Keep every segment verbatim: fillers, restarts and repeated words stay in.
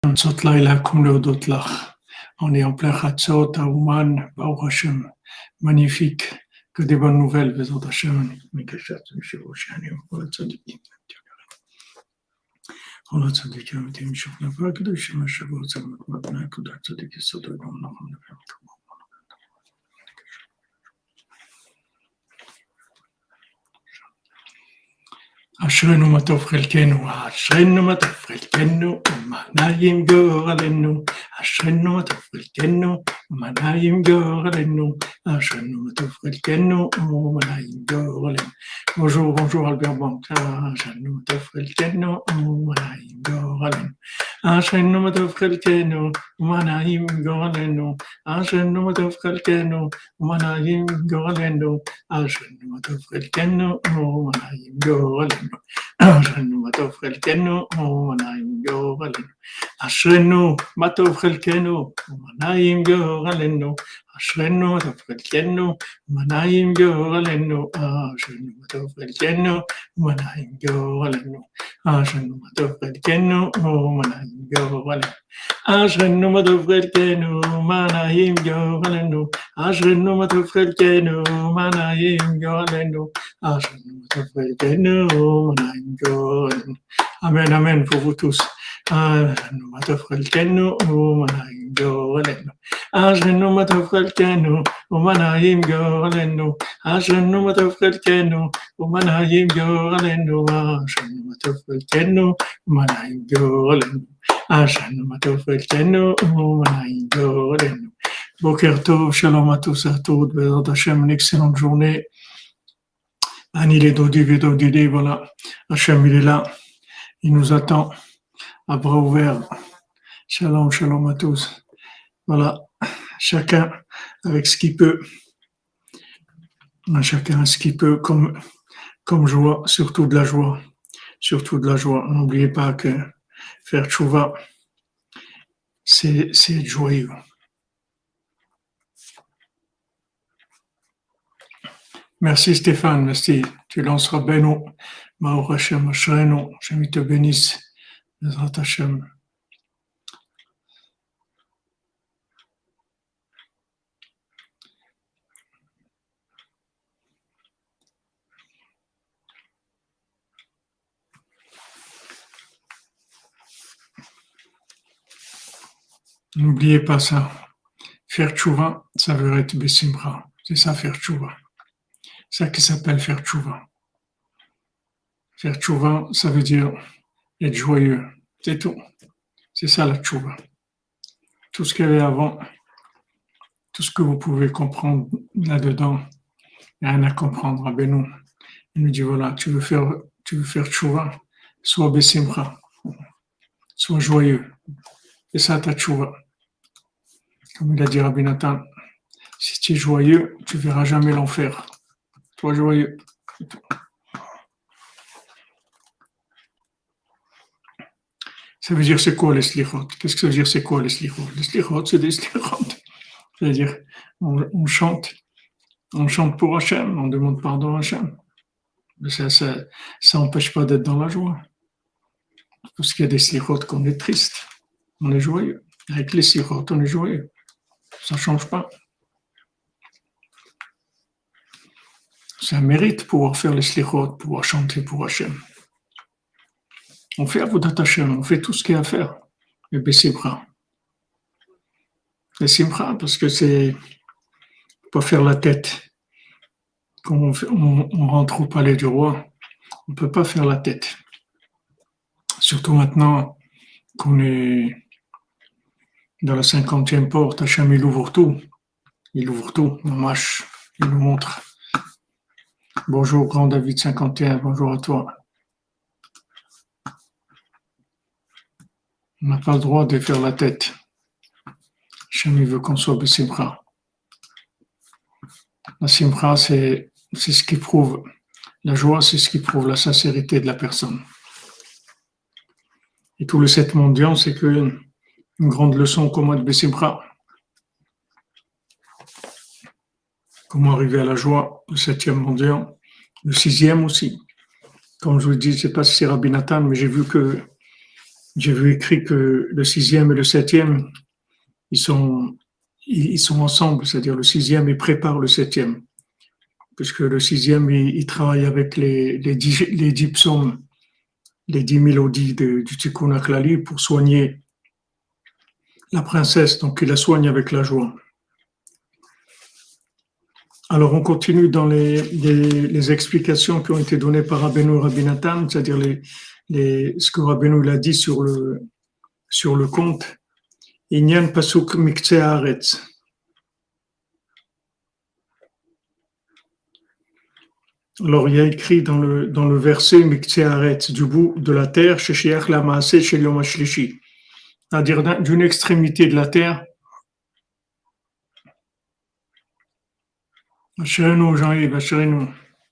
Chatzot Laila Kum Leodot Lach. On est en plein Chatzot, à Ouman, Baruch Hashem. Magnifique. Que des bonnes nouvelles, Bezot Hashem. Mikashat, Mishivo, Shani, Ola Tzadikim. Ola Tzadikim, Tim Shofnava, Kedoshim, Shavot, Zamat, Matna, Kudat Tzadik, Sodom, Nacham, Nefem, אשרנו מה טוב חלקנו, אשרנו מה טוב חלקנו, ומנעים גורלנו, אשרנו מה טוב חלקנו, ומנעים גורלנו, אשרנו מה טוב חלקנו, ומנעים גורלנו. Bonjour, bonjour Albert Banca, אשרנו מה טוב חלקנו, ומנעים גורלנו. אשרנו מה טוב חלקנו, ומנעים גורלנו, אשרנו מה טוב חלקנו, ומנעים גורלנו, אשרנו מה טוב חלקנו, ומנעים גורלנו. אשרנו מה טוב חלקנו ומנעים גורלנו. אשרנו מה טוב חלקנו ומנעים גורלנו. אשרנו מה טוב חלקנו ומנעים גורלנו. אשרנו מה טוב חלקנו ומנעים גורלנו. אשרנו מה טוב חלקנו ומנעים גורלנו. אשרנו מה טוב חלקנו ומנעים גורלנו. אשרנו מה טוב חלקנו ומנעים גורלנו. אשרנו מה טוב חלקנו ומנעים גורלנו. אמן אמן pour vous tous. אשרנו מה טוב חלקנו ומנעים גורלנו. אשרנו מה טוב חלקנו ומנעים גורלנו. אשרנו מה טוב חלקנו ומנעים גורלנו. אשרנו מה טוב חלקנו ומנעים גורלנו. אשרנו מה טוב חלקנו ומנעים גורלנו. בוקר טוב, shalom à tous et à toutes, Bezrat Hashem, une excellente journée. Annie les Dodi, Vedodidi, voilà, Hashem il est là, il nous attend à bras ouverts. Shalom, shalom à tous. Voilà, chacun avec ce qu'il peut, chacun ce qu'il peut comme, comme joie, surtout de la joie, surtout de la joie. N'oubliez pas que faire tchouva, c'est, c'est être joyeux. Merci Stéphane, merci. Tu lanceras Beno, Maor Hashem, Ashreno, Hashem te bénisse, Bezrat Hashem. N'oubliez pas ça. Faire tchouva, ça veut être Bessimra. C'est ça, faire tchouva. C'est ça qui s'appelle faire tchouva. Faire tchouva, ça veut dire être joyeux. C'est tout. C'est ça la tchouva. Tout ce qu'il y avait avant, tout ce que vous pouvez comprendre là-dedans, il n'y a rien à comprendre. À Benoît, il nous dit voilà, tu veux faire, tu veux faire tchouva, sois bessimra, sois joyeux. C'est ça ta tchouva. Comme il a dit Rabbi Nathan, si tu es joyeux, tu ne verras jamais l'enfer. Sois joyeux. Ça veut dire c'est quoi les slichot? Qu'est-ce que ça veut dire c'est quoi les slichot? Les slichot, c'est des slichot. C'est-à-dire, on, on chante, on chante pour Hachem, on demande pardon à Hachem. Mais ça, ça, ça n'empêche pas d'être dans la joie. Parce qu'il y a des slichot qu'on est triste, on est joyeux. Avec les slichot, on est joyeux. Ça ne change pas. C'est un mérite pouvoir faire les slichot, pouvoir chanter pour Hachem. On fait Avodat Hashem, on fait tout ce qu'il y a à faire. Et Bessimra. Bessimra, parce que c'est pas faire la tête. Quand on, fait, on, on rentre au palais du roi, on ne peut pas faire la tête. Surtout maintenant qu'on est dans la cinquantième porte, Hachem il ouvre tout. Il ouvre tout, on mâche, il nous montre. Bonjour, grand David cinquante et un, bonjour à toi. On n'a pas le droit de faire la tête. Hachem veut qu'on soit Bessimra. La Simra, c'est, c'est ce qui prouve, la joie, c'est ce qui prouve la sincérité de la personne. Et tout le sept mondial, c'est que une grande leçon comment être Bessimra. Comment arriver à la joie, le septième mondial, le sixième aussi. Comme je vous dis, je ne sais pas si c'est Rabbi Nathan, mais j'ai vu que J'ai vu écrit que le sixième et le septième, ils sont, ils sont ensemble, c'est-à-dire le sixième, il prépare le septième. Puisque le sixième, il, il travaille avec les, les, dix, les dix psaumes, les dix mélodies de, du Tikkun HaKlali pour soigner la princesse, donc il la soigne avec la joie. Alors on continue dans les, les, les explications qui ont été données par Rabbeinu et Rabbi Nathan, c'est-à-dire les, les, ce que Rabbeinu l'a dit sur le, sur le conte. Inyan pasuk miktseh haaretz. Alors il y a écrit dans le, dans le verset miktseh haaretz, du bout de la terre, sheshiach la maaseh shel yom hashlishi, c'est-à-dire d'une extrémité de la terre. Asherenu, Jean-Yves, Asherenu.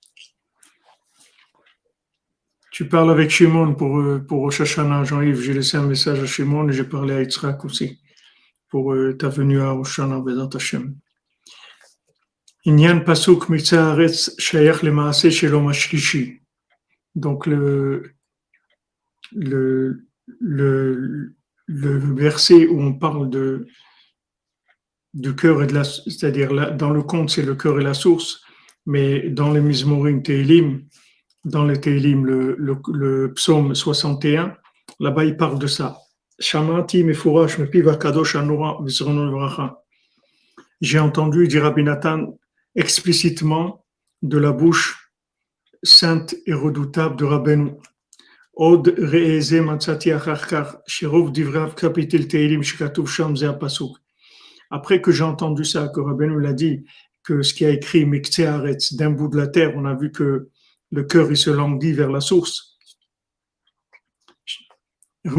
Tu parles avec Shimon pour, pour Rosh Hashanah, Jean-Yves. J'ai laissé un message à Shimon et j'ai parlé à Yitzhak aussi pour euh, ta venue à Rosh Hashanah, Bezat Hashem. Inyan pasuk miktseh haaretz shayach le maaseh shel yom hashlishi. Donc le, le, le, le verset où on parle de, du cœur et de la, c'est-à-dire là, dans le conte c'est le cœur et la source, mais dans les Mizmorim Tehilim, dans les Tehilim, le, le, le psaume soixante et un, là-bas il parle de ça. Shamati mefurash mepiv hakadosh hanora v'zrono levracha. J'ai entendu, dit Rabbi Nathan, explicitement de la bouche sainte et redoutable de Rabbeinu. Od re'eze matzati achar shirov divrav kapitel Tehilim shekatuv sham ze apasuk. Après que j'ai entendu ça, que Rabbeinu l'a dit, que ce qui a écrit Miktseh Haaretz, d'un bout de la terre, on a vu que le cœur il se languit vers la source. La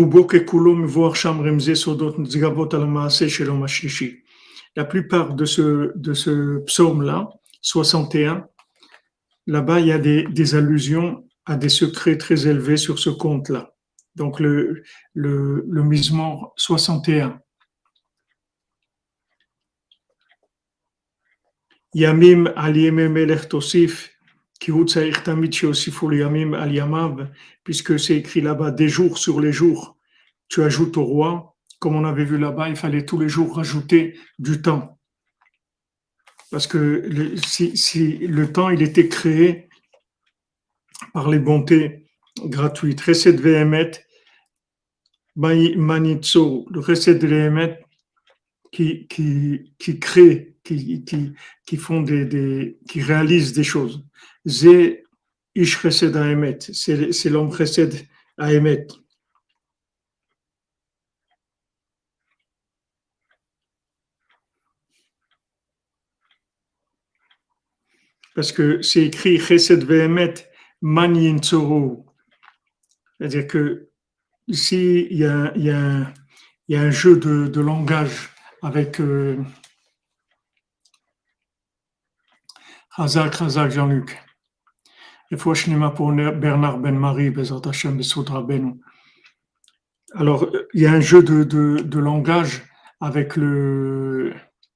plupart de ce, de ce psaume-là, soixante et un, là-bas il y a des, des allusions à des secrets très élevés sur ce conte-là. Donc le, le, le Mizmor soixante et un. Yamim al yemei melech tosif, ki hu tzaich tamid sheosifu liyamim al yamav, puisque c'est écrit là-bas des jours sur les jours, tu ajoutes au roi, comme on avait vu là-bas, il fallait tous les jours rajouter du temps. Parce que le, si, si le temps il était créé par les bontés gratuites, Chesed ve'emet, manitzo, le Chesed ve'emet qui, qui, qui crée, qui, qui, qui font des, des, qui réalisent des choses. Zé ish chesed haemet, c'est, c'est l'homme chesed haemet. Parce que c'est écrit chesed ve'emet man yintzoro. C'est-à-dire que ici, il y a, il y a, il y a un jeu de, de langage avec euh, Hazak, Hazak, Jean-Luc. Et fois, je n'ai pour Bernard Ben-Marie, Bezat Hashem, Besoudra Benou. Alors, il y a un jeu de, de, de langage avec le,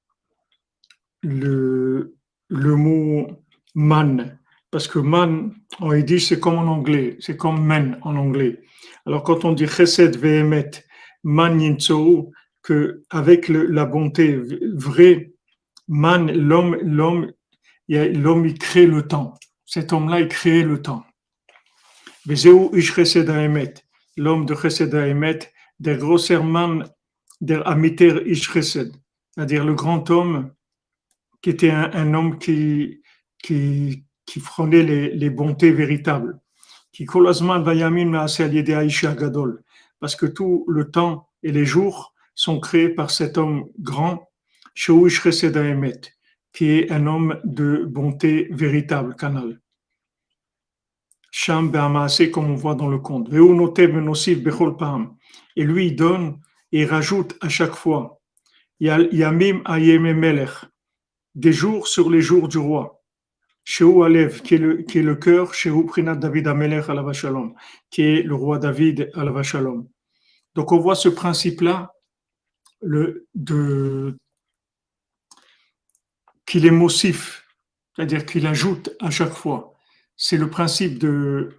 le, le mot man. Parce que man, en yiddish, c'est comme en anglais. C'est comme men en anglais. Alors, quand on dit chesed ve'emet, man yintzou, que avec le, la bonté vraie, man, l'homme, l'homme, l'homme, il crée le temps. Cet homme-là, il crée le temps. Vezeu ish chesed haemet. L'homme de Chesed Haemet, der grosser Mann, der Amiter Ish Chesed, c'est-à-dire le grand homme qui était un, un homme qui, qui, qui frôlait les, les bontés véritables, qui kolazman vayamin maaseh al yedei haish hagadol, parce que tout le temps et les jours sont créés par cet homme grand, Sheu Ish Chesed Haemet, qui est un homme de bonté véritable, canal. Sham be'amaaseh, comme on voit dans le conte. Ve'u notev ve'nosif bechol pa'am. Et lui, il donne et il rajoute à chaque fois. Yamim ayemei melech. Des jours sur les jours du roi. Sheu alev, qui est le, qui est le cœur. Sheu prinat David amelech alav shalom, qui est le roi David alav shalom. Donc on voit ce principe-là, le, de, qu'il est mossif, c'est-à-dire qu'il ajoute à chaque fois. C'est le principe de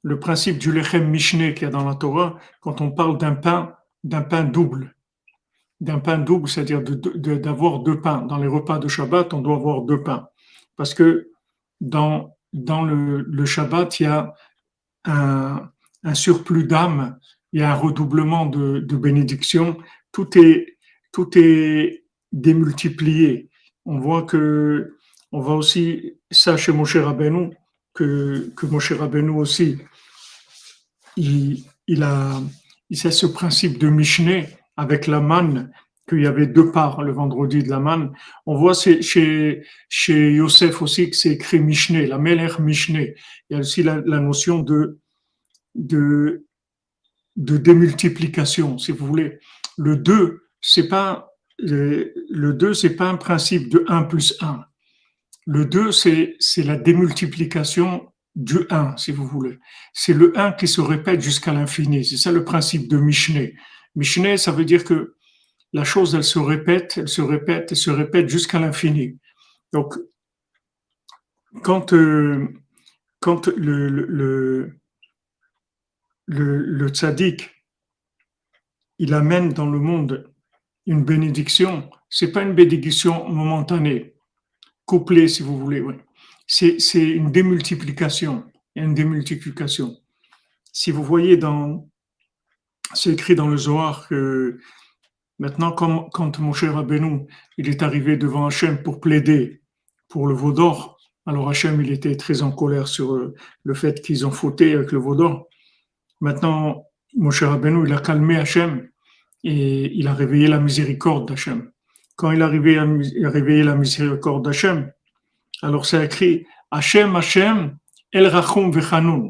le principe du lechem mishné qu'il y a dans la Torah, quand on parle d'un pain, d'un pain double, d'un pain double, c'est-à-dire de, de, d'avoir deux pains. Dans les repas de Shabbat, on doit avoir deux pains. Parce que dans, dans le, le Shabbat, il y a un, un surplus d'âme, il y a un redoublement de, de bénédiction. Tout est, tout est démultiplié. On voit que, on voit aussi ça chez Moshe Rabbeinu, que, que Moshe Rabbeinu aussi, il, il a, il sait ce principe de Mishneh avec la manne, qu'il y avait deux parts le vendredi de la manne. On voit chez, chez Yosef aussi que c'est écrit Mishneh, la Melech Mishneh. Il y a aussi la, la notion de, de, de démultiplication, si vous voulez. Le deux, c'est pas, le, le deux, c'est pas un principe de un plus un. Le deux, c'est, c'est la démultiplication du un, si vous voulez. C'est le un qui se répète jusqu'à l'infini. C'est ça le principe de Mishneh. Mishneh, ça veut dire que la chose, elle se répète, elle se répète, elle se répète jusqu'à l'infini. Donc, quand, euh, quand le, le, le, le, le tzaddik, il amène dans le monde une bénédiction, c'est pas une bénédiction momentanée, couplée, si vous voulez. Oui. C'est, c'est une démultiplication. Il y a une démultiplication. Si vous voyez dans, c'est écrit dans le Zohar que maintenant, quand, quand Moshe Rabbeinu, il est arrivé devant Hachem pour plaider pour le veau d'or, alors Hachem, il était très en colère sur le fait qu'ils ont fauté avec le veau d'or. Maintenant, Moshe Rabbeinu, il a calmé Hachem et il a réveillé la miséricorde d'Hachem. Quand il a réveillé la miséricorde d'Hachem, alors c'est écrit Hachem, Hachem, El Rachum Vechanoun.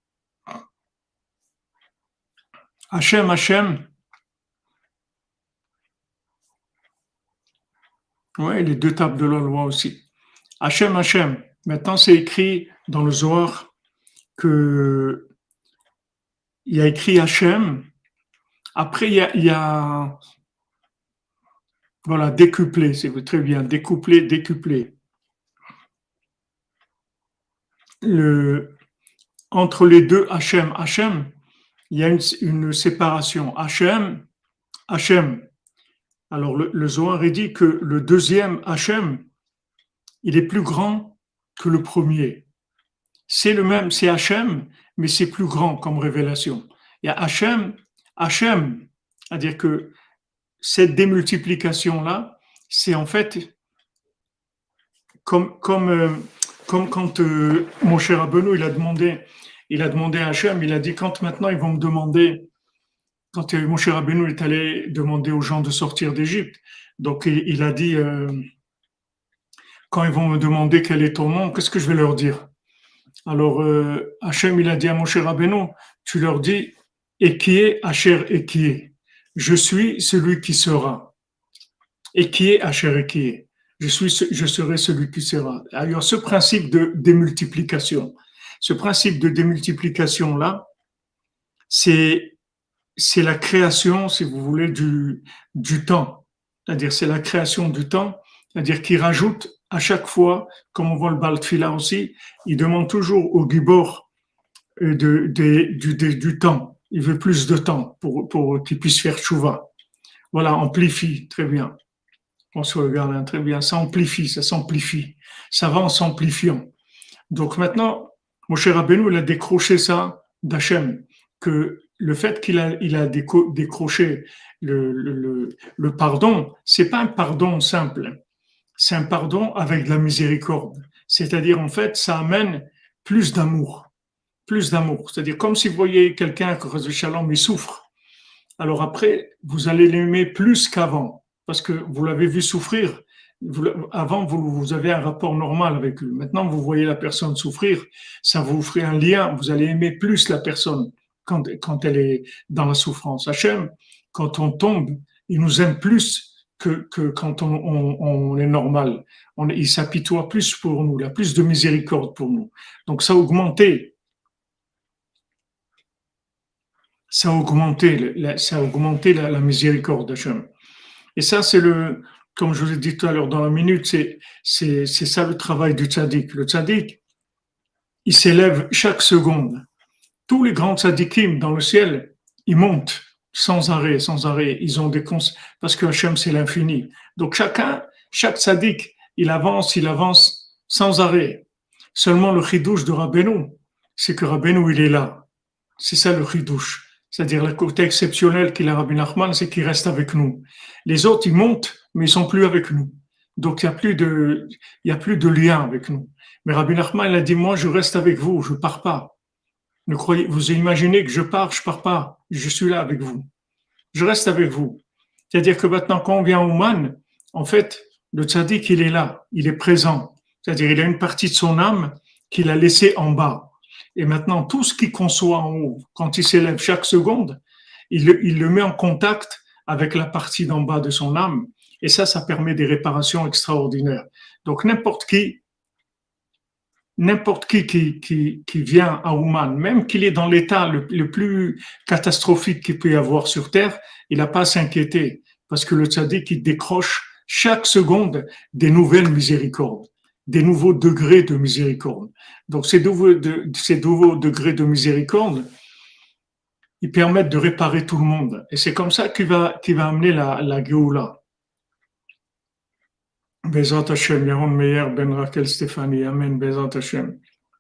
Hachem, Hachem. Oui, les deux tables de la loi aussi. Hachem, Hachem. Maintenant, c'est écrit dans le Zohar que il y a écrit Hachem. Après, il y a, il y a voilà, décuplé, c'est très bien, découplé, décuplé. Le, entre les deux Hachem, Hachem, il y a une, une séparation. Hachem, Hachem. Alors, le, le Zohar il dit que le deuxième Hachem, il est plus grand que le premier. C'est le même, c'est Hachem, mais c'est plus grand comme révélation. Il y a Hachem, Hachem, c'est-à-dire que cette démultiplication-là, c'est en fait comme, comme, euh, comme quand euh, mon cher Rabbeinu, il a demandé, il a demandé à Hachem, il a dit quand maintenant ils vont me demander, quand euh, mon cher Rabbeinu est allé demander aux gens de sortir d'Égypte, donc il, il a dit euh, quand ils vont me demander quel est ton nom, qu'est-ce que je vais leur dire? Alors euh, Hachem, il a dit à mon cher Rabbeinu, tu leur dis et qui est Hacher et qui est. Je suis celui qui sera. Et qui est Hacher et qui est. Je suis, je serai celui qui sera. Alors, ce principe de démultiplication, ce principe de démultiplication là, c'est, c'est la création, si vous voulez, du, du temps. C'est-à-dire, c'est la création du temps, c'est-à-dire qu'il rajoute à chaque fois, comme on voit le Baal Tefila aussi, il demande toujours au Gibor de, de, de, de, du temps. Il veut plus de temps pour, pour qu'il puisse faire tchouva. Voilà, amplifie, très bien. On se regarde, hein, très bien. Ça amplifie, ça s'amplifie. Ça va en s'amplifiant. Donc maintenant, mon cher Rabbeinu, il a décroché ça d'Hachem, que le fait qu'il a, il a déco, décroché le, le, le, le pardon, c'est pas un pardon simple. C'est un pardon avec de la miséricorde. C'est-à-dire, en fait, ça amène plus d'amour. Plus d'amour. C'est-à-dire, comme si vous voyez quelqu'un que Shalom, il souffre. Alors après, vous allez l'aimer plus qu'avant, parce que vous l'avez vu souffrir. Vous, avant, vous, vous avez un rapport normal avec lui. Maintenant, vous voyez la personne souffrir, ça vous fait un lien. Vous allez aimer plus la personne quand, quand elle est dans la souffrance. Hachem, quand on tombe, il nous aime plus que, que quand on, on, on est normal. On, il s'apitoie plus pour nous, il a plus de miséricorde pour nous. Donc, ça a augmenté. Ça a augmenté, ça a augmenté la, la miséricorde d'Hachem. Et ça, c'est le, comme je vous ai dit tout à l'heure dans la minute, c'est, c'est, c'est ça le travail du tzaddik. Le tzaddik, il s'élève chaque seconde. Tous les grands tzadikim dans le ciel, ils montent sans arrêt, sans arrêt. Ils ont des cons parce que Hachem, c'est l'infini. Donc chacun, chaque tzadik, il avance, il avance sans arrêt. Seulement le chidouche de Rabbeinu, c'est que Rabbeinu, il est là. C'est ça le chidouche. C'est-à-dire le côté exceptionnel qu'il a Rabbi Nachman, c'est qu'il reste avec nous. Les autres, ils montent, mais ils sont plus avec nous. Donc il y a plus de, il y a plus de lien avec nous. Mais Rabbi Nachman, il a dit, moi, je reste avec vous, je pars pas. Ne croyez, vous imaginez que je pars, je pars pas. Je suis là avec vous. Je reste avec vous. C'est-à-dire que maintenant, quand on vient au Man, en fait, le tzaddik, il est là, il est présent. C'est-à-dire, il a une partie de son âme qu'il a laissée en bas. Et maintenant, tout ce qu'il conçoit en haut, quand il s'élève chaque seconde, il le, il le met en contact avec la partie d'en bas de son âme. Et ça, ça permet des réparations extraordinaires. Donc, n'importe qui, n'importe qui qui, qui, qui vient à Ouman, même qu'il est dans l'état le, le plus catastrophique qu'il peut y avoir sur Terre, il n'a pas à s'inquiéter. Parce que le tzaddik, il décroche chaque seconde des nouvelles miséricordes, des nouveaux degrés de miséricorde. Donc, ces nouveaux, de, ces nouveaux degrés de miséricorde, ils permettent de réparer tout le monde. Et c'est comme ça qu'il va, qu'il va amener la, la Géoula. Bezat Hashem, Yaron Meyer, Ben Raquel Stéphanie, Amen, Bezat Hashem.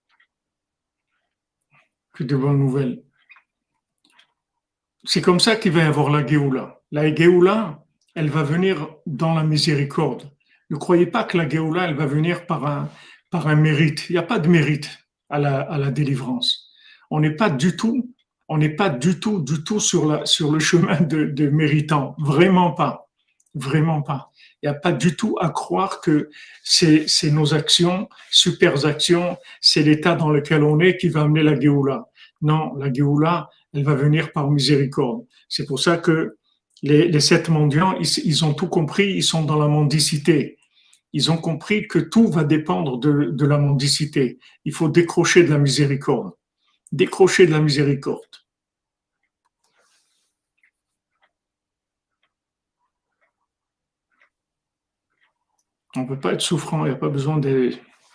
Que de bonnes nouvelles. C'est comme ça qu'il va y avoir la Géoula. La Géoula, elle va venir dans la miséricorde. Ne croyez pas que la Géoula, elle va venir par un, par un mérite. Il n'y a pas de mérite à la, à la délivrance. On n'est pas du tout, on n'est pas du tout, du tout sur, la, sur le chemin de, de méritant. Vraiment pas. Vraiment pas. Il n'y a pas du tout à croire que c'est, c'est nos actions, super actions, c'est l'état dans lequel on est qui va amener la Géoula. Non, la Géoula, elle va venir par miséricorde. C'est pour ça que les, les sept mendiants, ils, ils ont tout compris, ils sont dans la mendicité. Ils ont compris que tout va dépendre de, de la mendicité. Il faut décrocher de la miséricorde. Décrocher de la miséricorde. On ne peut pas être souffrant, il n'y a pas besoin de...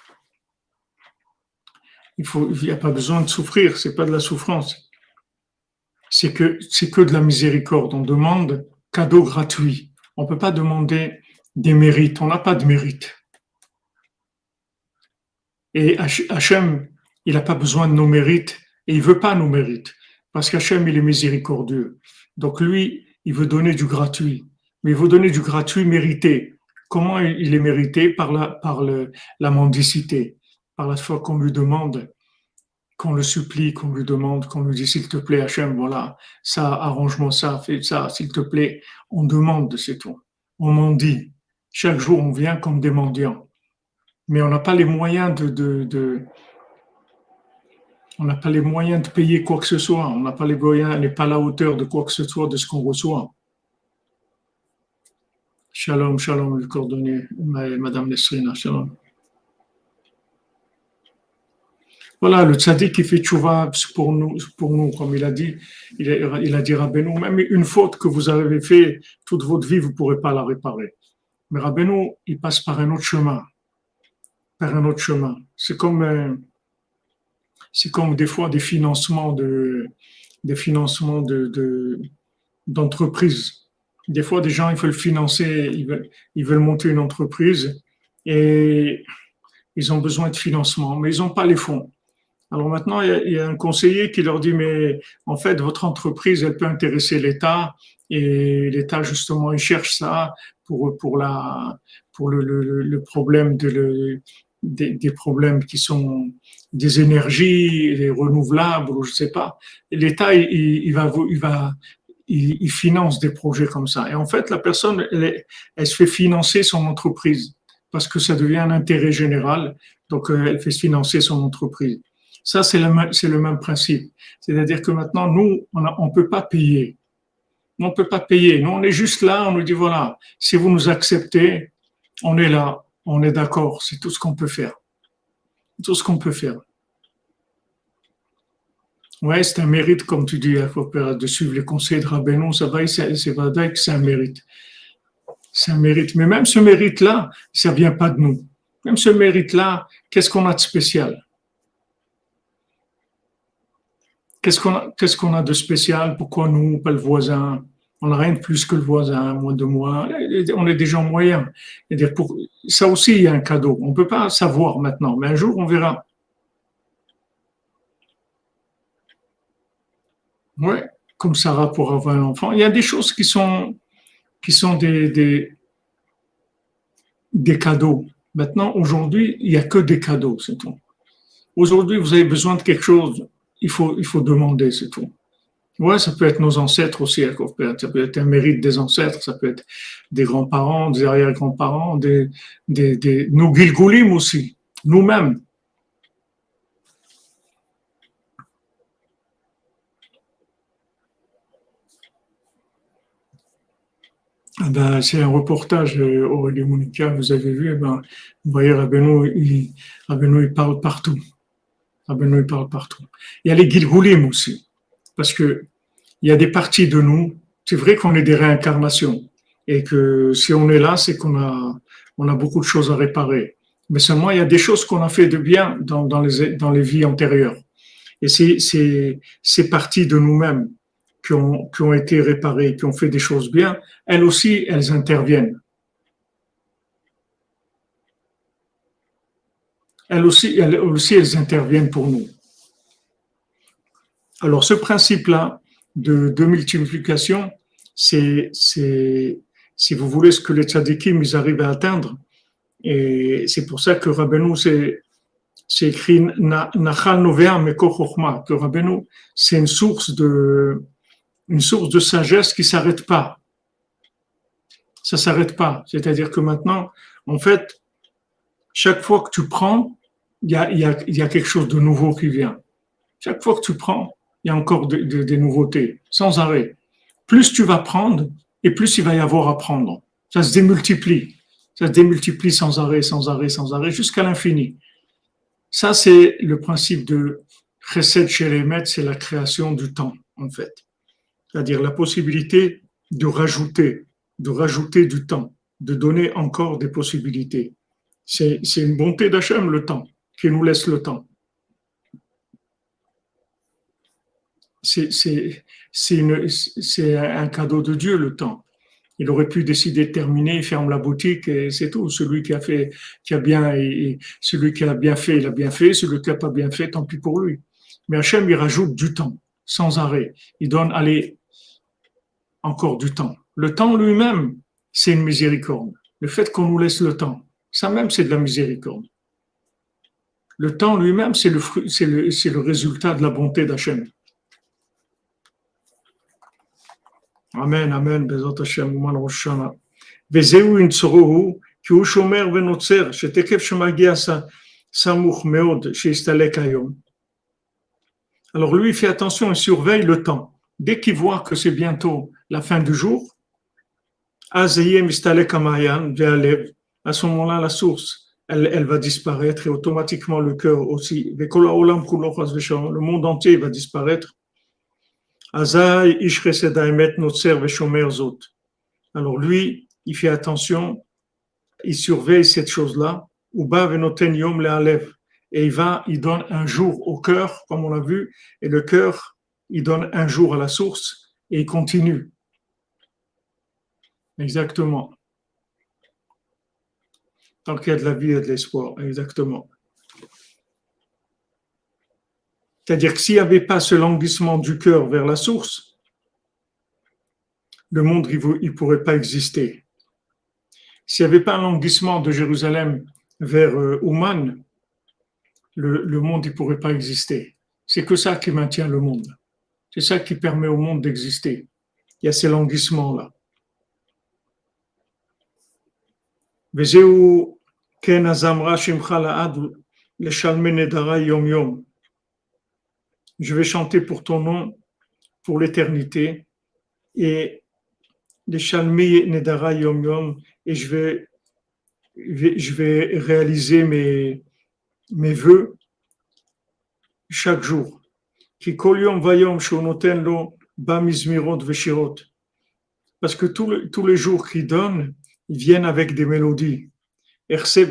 Il faut, il n'y a pas besoin de souffrir, c'est pas de la souffrance. C'est que, c'est que de la miséricorde. On demande cadeau gratuit. On ne peut pas demander des mérites. On n'a pas de mérite. Et Hachem, il n'a pas besoin de nos mérites et il ne veut pas nos mérites. Parce qu'Hachem, il est miséricordieux. Donc lui, il veut donner du gratuit. Mais il veut donner du gratuit mérité. Comment il est mérité? Par la, par le, la mendicité. Par la fois qu'on lui demande, qu'on le supplie, qu'on lui demande, qu'on lui dit s'il te plaît, Hachem, voilà, ça, arrange-moi ça, fais ça, s'il te plaît. On demande, c'est tout. On mendie. Chaque jour, on vient comme des mendiants. Mais on n'a pas les moyens de, de, de on n'a pas les moyens de payer quoi que ce soit. On n'a pas les moyens, on n'est pas à la hauteur de quoi que ce soit de ce qu'on reçoit. Shalom, shalom, le cordonnier, Madame Nesrina, shalom. Voilà, le tzaddik qui fait tchouva pour nous, pour nous, comme il a dit, il a, il a dit Rabbeinu, même une faute que vous avez fait toute votre vie, vous ne pourrez pas la réparer. Mais Rabbeinu, il passe par un autre chemin, par un autre chemin. C'est comme, c'est comme des fois des financements de, des financements de, de, d'entreprises. Des fois, des gens, ils veulent financer, ils veulent, ils veulent monter une entreprise et ils ont besoin de financement, mais ils n'ont pas les fonds. Alors maintenant, il y, a, il y a un conseiller qui leur dit, mais en fait, votre entreprise, elle peut intéresser l'État et l'État, justement, il cherche ça pour, pour, la, pour le, le, le problème de le, des, des problèmes qui sont des énergies, les renouvelables, ou je sais pas. L'État, il, il va, il va, il, il finance des projets comme ça. Et en fait, la personne, elle, elle se fait financer son entreprise parce que ça devient un intérêt général. Donc, elle fait financer son entreprise. Ça, c'est le, c'est le même principe. C'est-à-dire que maintenant, nous, on ne peut pas payer. Nous, on ne peut pas payer. Nous, on est juste là, on nous dit, voilà, si vous nous acceptez, on est là, on est d'accord, c'est tout ce qu'on peut faire. Tout ce qu'on peut faire. Ouais, c'est un mérite, comme tu dis, il faut de suivre les conseils de Rabbeinu, ça va, c'est, c'est vrai que c'est un mérite. C'est un mérite. Mais même ce mérite-là, ça ne vient pas de nous. Même ce mérite-là, qu'est-ce qu'on a de spécial? Qu'est-ce qu'on a, qu'est-ce qu'on a de spécial? Pourquoi nous, pas le voisin? On n'a rien de plus que le voisin, moins de moi. On est des gens moyens. C'est-à-dire pour, ça aussi, il y a un cadeau. On ne peut pas savoir maintenant, mais un jour, on verra. Ouais, comme Sarah pour avoir un enfant. Il y a des choses qui sont, qui sont des, des, des cadeaux. Maintenant, aujourd'hui, il n'y a que des cadeaux, c'est tout. Aujourd'hui, vous avez besoin de quelque chose, il faut, il faut demander, c'est tout. Ouais, ça peut être nos ancêtres aussi, ça peut être un mérite des ancêtres, ça peut être des grands-parents, des arrière-grands-parents, des, des, des, nos Gilgulim aussi, nous-mêmes. Ah ben, c'est un reportage euh, Aurélie Monica, vous avez vu, eh ben, vous voyez, Rabbeinu, il, Rabbeinu, il parle partout. Rabbeinu, il parle partout. Il y a les Gilgulim aussi, parce que il y a des parties de nous, c'est vrai qu'on est des réincarnations, et que si on est là, c'est qu'on a, on a beaucoup de choses à réparer. Mais seulement, il y a des choses qu'on a fait de bien dans, dans, les, dans les vies antérieures. Et c'est, c'est, ces parties de nous-mêmes qui ont, qui ont été réparées, qui ont fait des choses bien, elles aussi, elles interviennent. Elles aussi, elles aussi, elles interviennent pour nous. Alors, ce principe-là de, de multiplication, c'est, c'est, si vous voulez, ce que les tzadikim, ils arrivent à atteindre. Et c'est pour ça que Rabbeinu, c'est, c'est écrit Nachal Novea Mekor Chochma, que Rabbeinu, c'est une source de, une source de sagesse qui s'arrête pas. Ça s'arrête pas. C'est-à-dire que maintenant, en fait, chaque fois que tu prends, il y a, il y a, il y a quelque chose de nouveau qui vient. Chaque fois que tu prends, il y a encore de, de, des nouveautés, sans arrêt. Plus tu vas prendre, et plus il va y avoir à prendre. Ça se démultiplie. Ça se démultiplie sans arrêt, sans arrêt, sans arrêt, jusqu'à l'infini. Ça, c'est le principe de Chesed Sheremet, c'est la création du temps, en fait. C'est-à-dire la possibilité de rajouter, de rajouter du temps, de donner encore des possibilités. C'est, c'est une bonté d'Hachem, le temps, qui nous laisse le temps. C'est, c'est, c'est, une, c'est un cadeau de Dieu, le temps. Il aurait pu décider de terminer, il ferme la boutique et c'est tout. Celui qui a fait, qui a bien, et celui qui a bien fait, il a bien fait. Celui qui n'a pas bien fait, tant pis pour lui. Mais Hachem, il rajoute du temps, sans arrêt. Il donne, allez, encore du temps. Le temps lui-même, c'est une miséricorde. Le fait qu'on nous laisse le temps, ça même, c'est de la miséricorde. Le temps lui-même, c'est le, fruit, c'est le, c'est le résultat de la bonté d'Hachem. Amen, amen, Bezat Hashem, Uman Rosh Hashanah. וזהו ינצורו, כי הוא שומר ונוצר, שתקף שמגיע סמוך מאוד, שיסתלק היום. Alors lui, il fait attention, il surveille le temps. Dès qu'il voit que c'est bientôt la fin du jour, à ce moment-là, la source, elle, elle va disparaître et automatiquement le cœur aussi. Le monde entier va disparaître. Alors lui, il fait attention, il surveille cette chose-là. Et il va, il donne un jour au cœur, comme on l'a vu, et le cœur, il donne un jour à la source et il continue. Exactement. Tant qu'il y a de la vie et de l'espoir, exactement. C'est-à-dire que s'il n'y avait pas ce languissement du cœur vers la source, le monde, il ne pourrait pas exister. S'il n'y avait pas un languissement de Jérusalem vers euh, Ouman, le, le monde ne pourrait pas exister. C'est que ça qui maintient le monde. C'est ça qui permet au monde d'exister. Il y a ces languissements-là. וזהו כן הזמרה שמך לעד לשלמי נדרה יום יום. Je vais chanter pour ton nom pour l'éternité et les shalmi nedara yom yom et je vais je vais réaliser mes mes vœux chaque jour. Ki kol yom vayom shu noten lo ba mizmirot veshirot. Parce que tous les, tous les jours qu'il donne, ils viennent avec des mélodies. Je,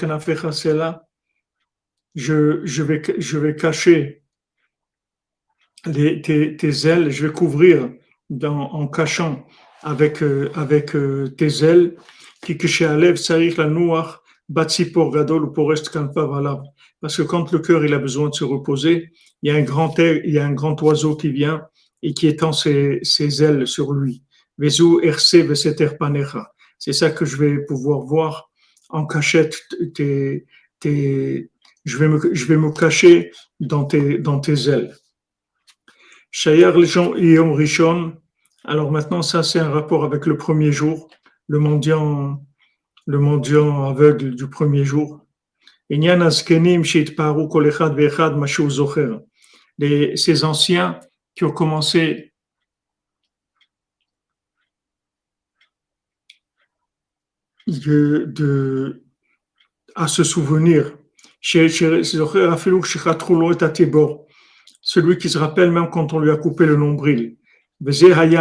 je vais je vais cacher les, tes, tes ailes, je vais couvrir dans, en cachant avec, euh, avec euh, tes ailes, qui que chez Alev, Sarich la Noir, Batsi pour Gadol ou pour Est Kanpa Valav. Parce que quand le cœur il a besoin de se reposer, il y a un grand, air- il y a un grand oiseau qui vient et qui étend ses, ses ailes sur lui. Vezu Erse Veseter Panecha. C'est ça que je vais pouvoir voir en cachette. Tes, tes, je, vais me, je vais me cacher dans tes, dans tes ailes. Shayar Yom Rishon. Alors maintenant, ça c'est un rapport avec le premier jour, le mendiant, le mendiant aveugle du premier jour. Inyan Azkenim Sheitparu Kol Echad Ve'echad Mashu Zocher. Les- Ces anciens qui ont commencé de, de, à se souvenir. Chez- chez- Zocher Afiluk Shechatru Lo Et Atibor. Celui qui se rappelle même quand on lui a coupé le nombril. Et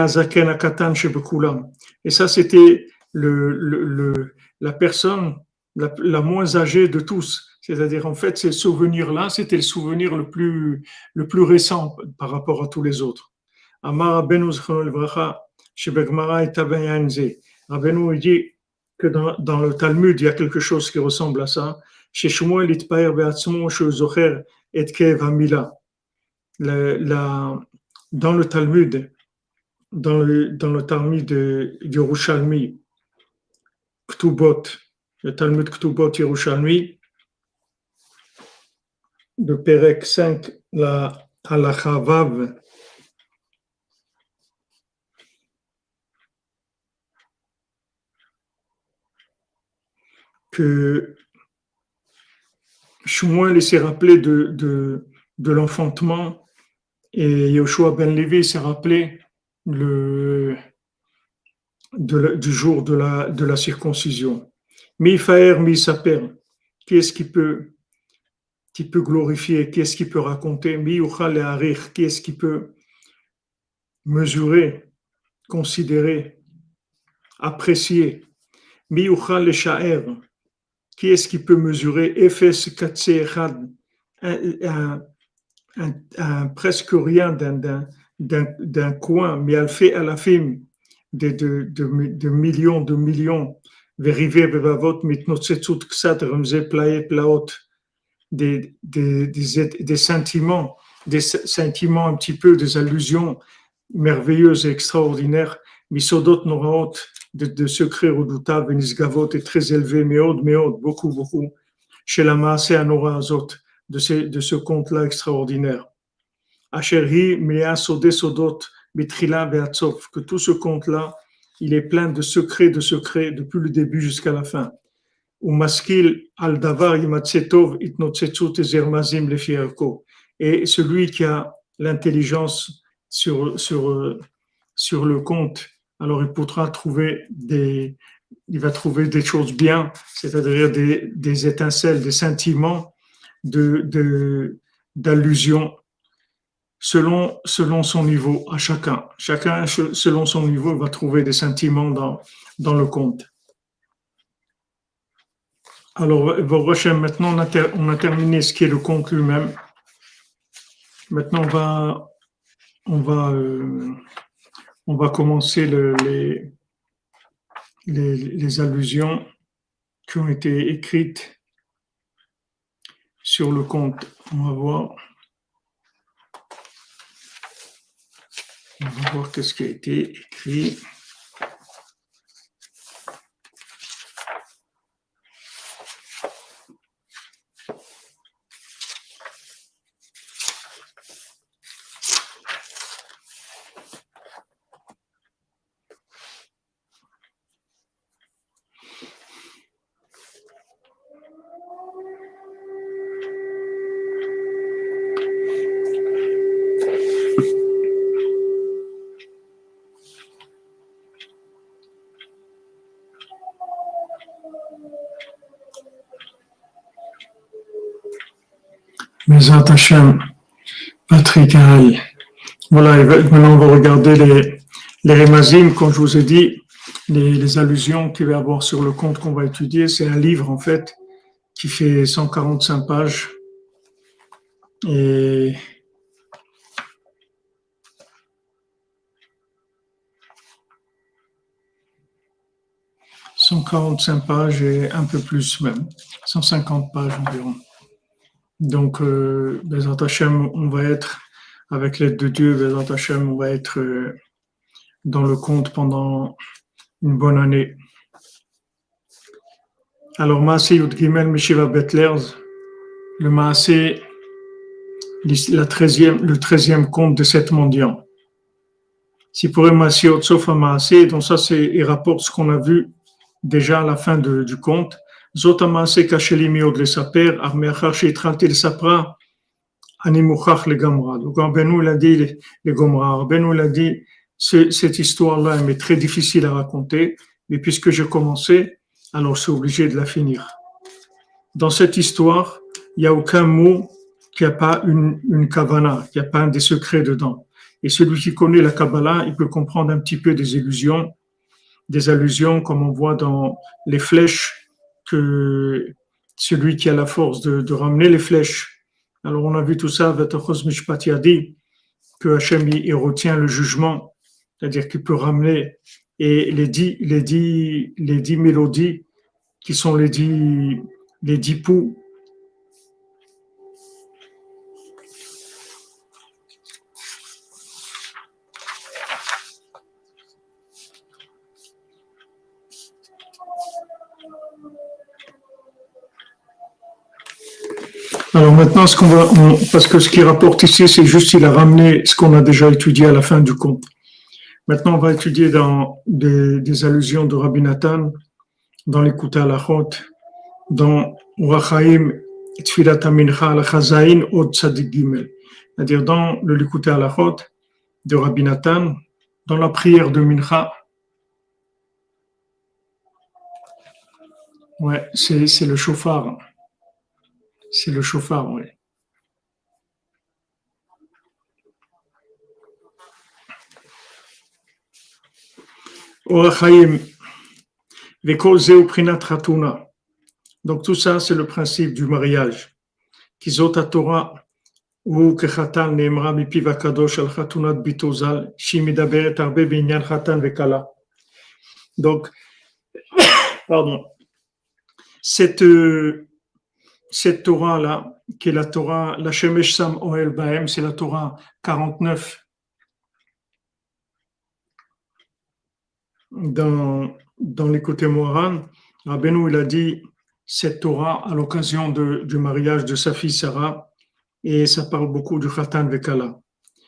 ça, c'était le, le, le, la personne la, la moins âgée de tous. C'est-à-dire, en fait, ces souvenirs-là, c'était le souvenir le plus, le plus récent par rapport à tous les autres. Amar Rabbeinu Zichrono Livracha, Shebegmara et Tabayanze. Rabbeinu dit que dans, dans le Talmud, il y a quelque chose qui ressemble à ça. Chez Shmuel Itpaer Beatzmo, Chez Zocher et Kev Hamila. La, la, dans le Talmud, dans le, dans le Talmud de Yerushalmi, Ktubot, le Talmud Ktubot Yerushalmi, de Perek cinq, la Halacha Vav, que Shmuel s'est rappelé de, de, de l'enfantement et Yoshua ben Levi s'est rappelé le, de la, du jour de la, de la circoncision. Mi Faer, mi Saper. Qui est-ce qui peut, qui peut glorifier? Qui est-ce qui peut raconter? Mi Yuchal et Arir. Qui est-ce qui peut mesurer, considérer, apprécier? Mi Yuchal et Sha'er. Qui est-ce qui peut mesurer? Efes Katse Echad. Un, un, un, un presque rien d'un, d'un, d'un, d'un coin, mais elle fait à la film de, de, de, de millions de millions. Verivé Bevavot Mitnotsetzut Ksat Ramze Plae Plaot. Des, des, des, des sentiments, des sentiments un petit peu, des allusions merveilleuses et extraordinaires, misodot noraot, de, de secrets redoutables, nisgavot et très élevés, méod, méod, beaucoup, beaucoup, chez la maasé anora azot, de ce, de ce conte-là extraordinaire. Asherhi mea sodé sodot, mitrila beatzov, que tout ce conte-là, il est plein de secrets, de secrets, depuis le début jusqu'à la fin. Ou maskil al davar imatsetov itnotsetzut ezermazim lefiarko. Et celui qui a l'intelligence sur, sur, sur le compte, alors il pourra trouver des, il va trouver des choses bien, c'est-à-dire des, des étincelles, des sentiments de, de, d'allusion selon, selon son niveau à chacun. Chacun, selon son niveau, va trouver des sentiments dans, dans le compte. Alors, maintenant, on a, ter- on a terminé ce qui est le conte lui-même. Maintenant, on va, on va, euh, on va commencer le, les, les, les allusions qui ont été écrites sur le conte. On va voir. On va voir qu'est-ce qui a été écrit. Bezat Hashem, Patrick Harel. Voilà, maintenant on va regarder les, les Remazim, comme je vous ai dit, les, les allusions qu'il va y avoir sur le conte qu'on va étudier. C'est un livre en fait qui fait cent quarante-cinq pages. Et cent quarante-cinq pages et un peu plus même, cent cinquante pages environ. Donc, euh, Bezrat Hashem, on va être, avec l'aide de Dieu, Bezrat Hashem, on va être euh, dans le compte pendant une bonne année. Alors, Maaseh Yud Gimel Meshiva Betlers, le Maaseh, la treizième, le treizième compte de sept mendiants. Si pour Maaseh Otsof Maaseh, donc ça, c'est, il rapporte ce qu'on a vu déjà à la fin de, du compte. Zot Maaseh Kasheli Miod le Saper, Armeachar Sheitralti le Sapra, Animuchach le Gamra. Donc, Rabbeinu il a dit les, les Gomra. Rabbeinu il a dit, ce, cette histoire-là, elle est très difficile à raconter, mais puisque j'ai commencé, alors je suis obligé de la finir. Dans cette histoire, il n'y a aucun mot qui n'a pas une, une kavana, qui n'a pas un des secrets dedans. Et celui qui connaît la Kabbalah, il peut comprendre un petit peu des illusions, des allusions, comme on voit dans les flèches, que celui qui a la force de, de ramener les flèches. Alors on a vu tout ça, Vatachos Mishpat Yadi, que Hachem il retient le jugement, c'est-à-dire qu'il peut ramener et les dix, les dix, les dix mélodies qui sont les dix, les dix poux. Alors maintenant, ce qu'on va, on, parce que ce qu'il rapporte ici, c'est juste il a ramené ce qu'on a déjà étudié à la fin du compte. Maintenant, on va étudier dans des, des allusions de Rabbi Nathan, dans l'écoute à la chôte, dans Urachaim, Tfilat Amincha al Chazain od Tzadik Gimel, c'est-à-dire dans le l'écoute à la chôte de Rabbi Nathan, dans la prière de Mincha. Ouais, c'est, c'est le chauffard. C'est le chauffard, oui. Orachaim, Vekol Zeu Prinat Ratuna. Donc tout ça, c'est le principe du mariage. Kizot Torah ou Kechatan Neemra Mipiv Kadosh al Chatunat Bitozal Shi Medaberet Arbe Binyan Chatan Vekala. Donc, pardon, cette cette Torah-là, qui est la Torah, la Shemesh Sam Oel Baem, c'est la Torah quarante-neuf dans, dans les côtés Moharan. Rabbeinu, il a dit cette Torah à l'occasion de, du mariage de sa fille Sarah, et ça parle beaucoup du Khatan Vekala.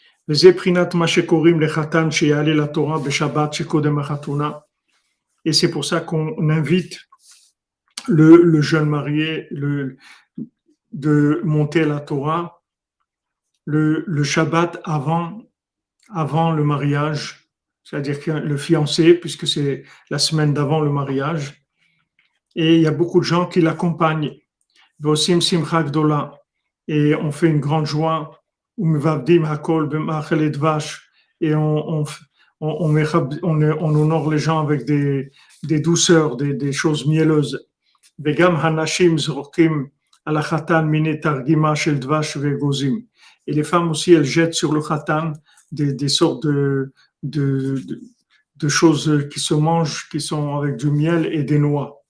Et c'est pour ça qu'on invite le, le jeune marié le, de monter la Torah le, le Shabbat avant, avant le mariage, c'est-à-dire que le fiancé, puisque c'est la semaine d'avant le mariage. Et il y a beaucoup de gens qui l'accompagnent. Et on fait une grande joie. Et on, on, on, on, on honore les gens avec des, des douceurs, des, des choses mielleuses. Et les femmes aussi, elles jettent sur le khatan des, des sortes de, de, de, de choses qui se mangent, qui sont avec du miel et des noix.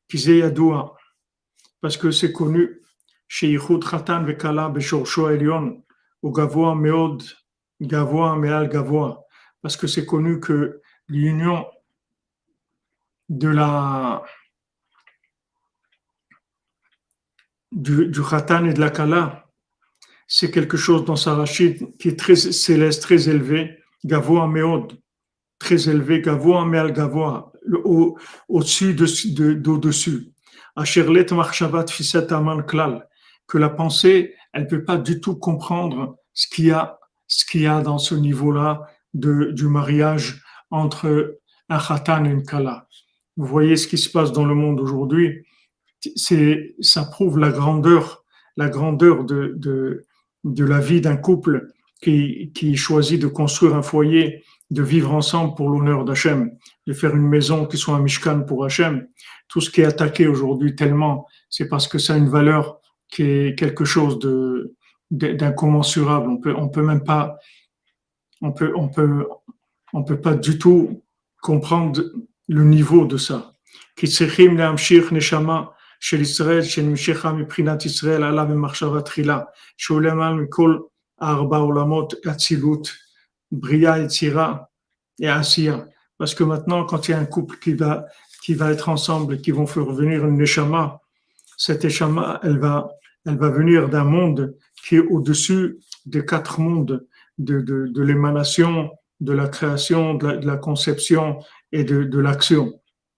Parce que c'est connu, chez Yichud Khatan Vekala Beshorsho Elion, au Gavoa Meod, Gavoa Meal Gavoa, parce que c'est connu que l'union de la du, du Khatan et de la Kala, c'est quelque chose dans sa rachid qui est très céleste, très élevé, Gavoa Meod, très élevé, Gavoa Meal Gavoa, au, au-dessus de, de, d'au-dessus. Asherlet Marchavat Fisat Aman Klal, que la pensée, elle ne peut pas du tout comprendre ce qu'il y a, ce qu'il y a dans ce niveau-là de, du mariage entre un khatan et une kala. Vous voyez ce qui se passe dans le monde aujourd'hui, c'est, ça prouve la grandeur, la grandeur de, de, de la vie d'un couple qui, qui choisit de construire un foyer, de vivre ensemble pour l'honneur d'Hachem, de faire une maison qui soit un mishkan pour Hachem. Tout ce qui est attaqué aujourd'hui tellement, c'est parce que ça a une valeur qui est quelque chose de, d'incommensurable. On peut, on peut même pas, on peut, on peut, on peut pas du tout comprendre le niveau de ça. כי צריכים להמשיך נשמה של ישראל, שנמשכה מבחינת ישראל, עלה במחשבה תחילה, שהוא למעלה מכל ארבע עולמות, אצילות, בריאה, יצירה et Asiya. Parce que maintenant, quand il y a un couple qui va, qui va être ensemble, qui vont faire venir une neshama, cette neshama, elle va, elle va venir d'un monde qui est au-dessus des quatre mondes, de, de, de l'émanation, de la création, de la, de la conception et de, de l'action.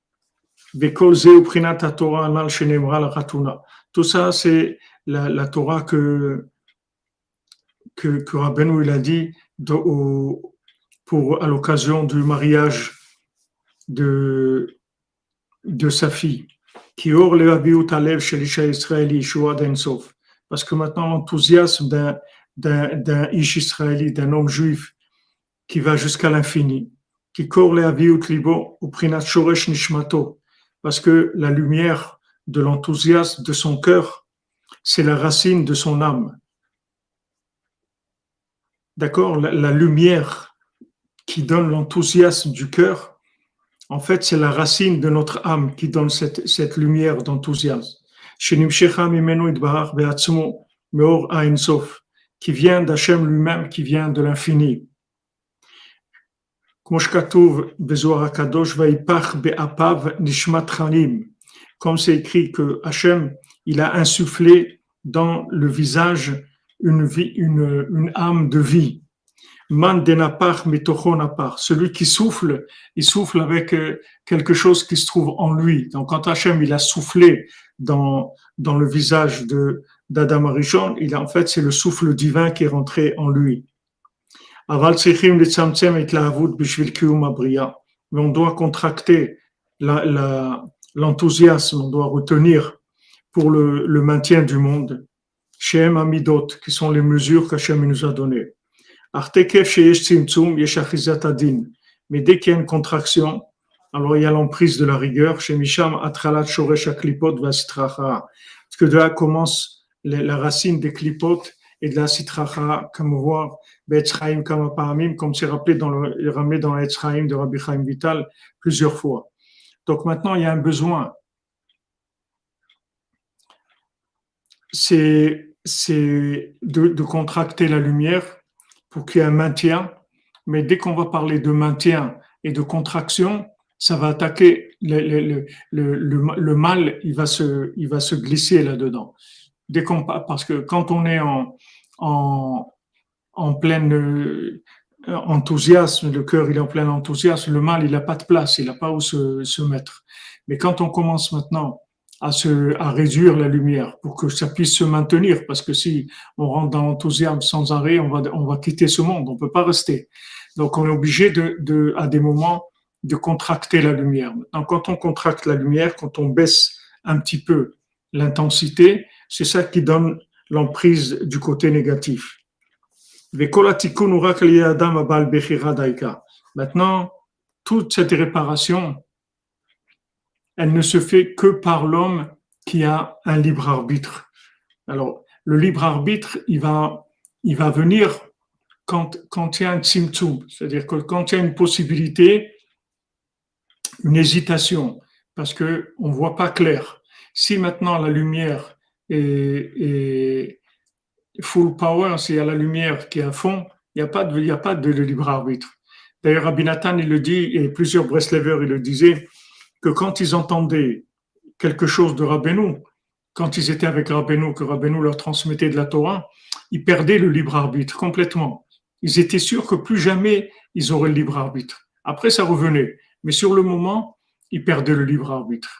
Tout ça, c'est la, la Torah que, que, que Rabbeinu il a dit de, au, pour, à l'occasion du mariage de, de sa fille. Parce que maintenant, l'enthousiasme d'un, d'un, d'un ish israéli, d'un homme juif qui va jusqu'à l'infini, qui parce que la lumière de l'enthousiasme de son cœur, c'est la racine de son âme. D'accord? La, la lumière qui donne l'enthousiasme du cœur, en fait, c'est la racine de notre âme qui donne cette, cette lumière d'enthousiasme. Qui vient d'Hachem lui-même, qui vient de l'infini. Comme c'est écrit que Hachem, il a insufflé dans le visage une, vie, une, une âme de vie. Man denapar mitochonapar. Celui qui souffle, il souffle avec quelque chose qui se trouve en lui. Donc quand Hachem il a soufflé dans, dans le visage de, d'Adam Arishon, il a, en fait c'est le souffle divin qui est rentré en lui. Mais on doit contracter la, la, l'enthousiasme, on doit retenir pour le, le maintien du monde. Shem Amidot, qui sont les mesures qu'Hachem nous a données. Mais dès qu'il y a une contraction, alors il y a l'emprise de la rigueur. Parce que de là commence la racine des klipot et de la sitracha, comme on voit, comme c'est rappelé dans le ramené dans l'Etzraïm de Rabbi Chaim Vital plusieurs fois. Donc maintenant, il y a un besoin. C'est, c'est de, de contracter la lumière pour qu'il y ait un maintien, mais dès qu'on va parler de maintien et de contraction, ça va attaquer le, le, le, le, le mal, il va se, il va se glisser là-dedans. Dès qu'on, parce que quand on est en, en, en plein euh, enthousiasme, le cœur il est en plein enthousiasme, le mal il n'a pas de place, il n'a pas où se, se mettre. Mais quand on commence maintenant à se, à réduire la lumière pour que ça puisse se maintenir, parce que si on rentre dans l'enthousiasme sans arrêt, on va, on va quitter ce monde, on peut pas rester. Donc on est obligé de, de, à des moments, de contracter la lumière. Maintenant, quand on contracte la lumière, quand on baisse un petit peu l'intensité, c'est ça qui donne l'emprise du côté négatif. Maintenant, toute cette réparation, elle ne se fait que par l'homme qui a un libre arbitre. Alors, le libre arbitre, il va, il va venir quand, quand il y a un tzimtzum, c'est-à-dire que quand il y a une possibilité, une hésitation, parce que on voit pas clair. Si maintenant la lumière est, est full power, s'il y a la lumière qui est à fond, il n'y a pas de, il y a pas de libre arbitre. D'ailleurs, Rabbi Nathan, il le dit, et plusieurs Breslevers, il le disaient, que quand ils entendaient quelque chose de Rabbeinu, quand ils étaient avec Rabbeinu, que Rabbeinu leur transmettait de la Torah, ils perdaient le libre arbitre complètement. Ils étaient sûrs que plus jamais ils auraient le libre arbitre. Après, ça revenait. Mais sur le moment, ils perdaient le libre arbitre.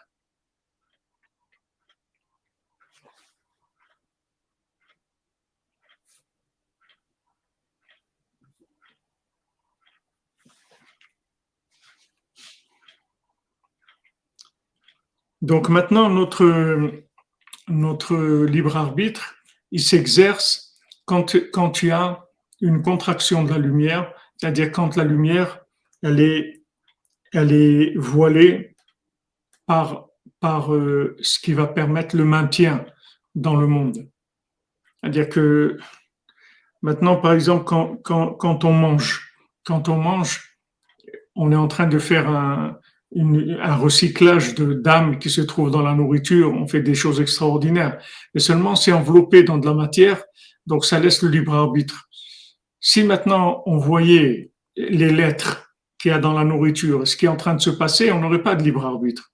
Donc maintenant, notre, notre libre arbitre, il s'exerce quand, quand tu as une contraction de la lumière, c'est-à-dire quand la lumière, elle est, elle est voilée par, par euh, ce qui va permettre le maintien dans le monde. C'est-à-dire que maintenant, par exemple, quand, quand, quand on mange, quand on mange, on est en train de faire un, une, un recyclage de d'âme qui se trouve dans la nourriture, on fait des choses extraordinaires. Mais seulement c'est enveloppé dans de la matière, donc ça laisse le libre arbitre. Si maintenant on voyait les lettres qu'il y a dans la nourriture, ce qui est en train de se passer, on n'aurait pas de libre arbitre.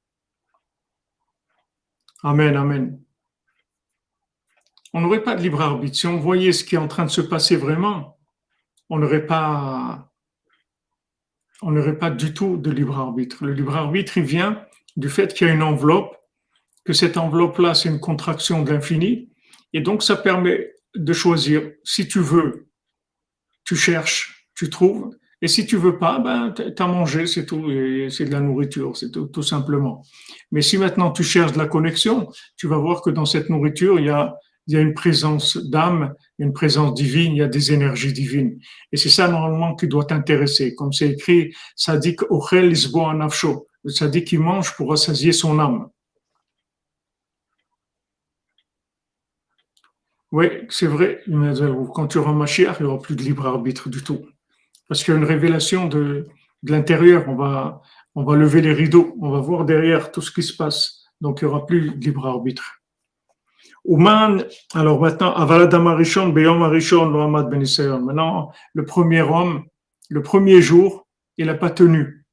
Amen, amen. On n'aurait pas de libre arbitre. Si on voyait ce qui est en train de se passer vraiment, on n'aurait pas, on n'aurait pas du tout de libre arbitre. Le libre arbitre, il vient du fait qu'il y a une enveloppe, que cette enveloppe-là, c'est une contraction de l'infini, et donc ça permet de choisir. Si tu veux, tu cherches, tu trouves, et si tu veux pas, ben t'as mangé, c'est tout, et c'est de la nourriture, c'est tout, tout simplement. Mais si maintenant tu cherches de la connexion, tu vas voir que dans cette nourriture, il y a il y a une présence d'âme, une présence divine, il y a des énergies divines. Et c'est ça normalement qui doit t'intéresser. Comme c'est écrit, Sadik Ochel Lisbo Anafsho. Le Sadik qui mange pour rassasier son âme. Oui, c'est vrai. Quand tu auras Mashiach, il n'y aura plus de libre arbitre du tout. Parce qu'il y a une révélation de, de l'intérieur. On va, on va lever les rideaux. On va voir derrière tout ce qui se passe. Donc il n'y aura plus de libre arbitre. Ouman, alors maintenant, Avaladam Arishon, Beyom Arishon, Lohamad Ben Isayon. Maintenant, le premier homme, le premier jour, il n'a pas tenu.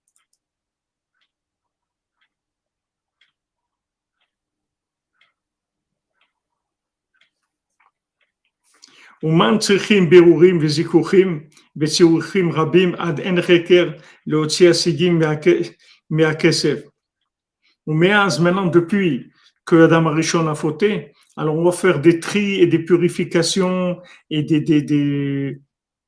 Ouman Tzrichim Berurim Vezikuchim Vetziruchim Rabim Ad En Reker Leotzi Asigim Meakesef. Ou Meaz, maintenant, depuis que Adam Arishon a fauté, alors on va faire des tris et des purifications et des, des, des,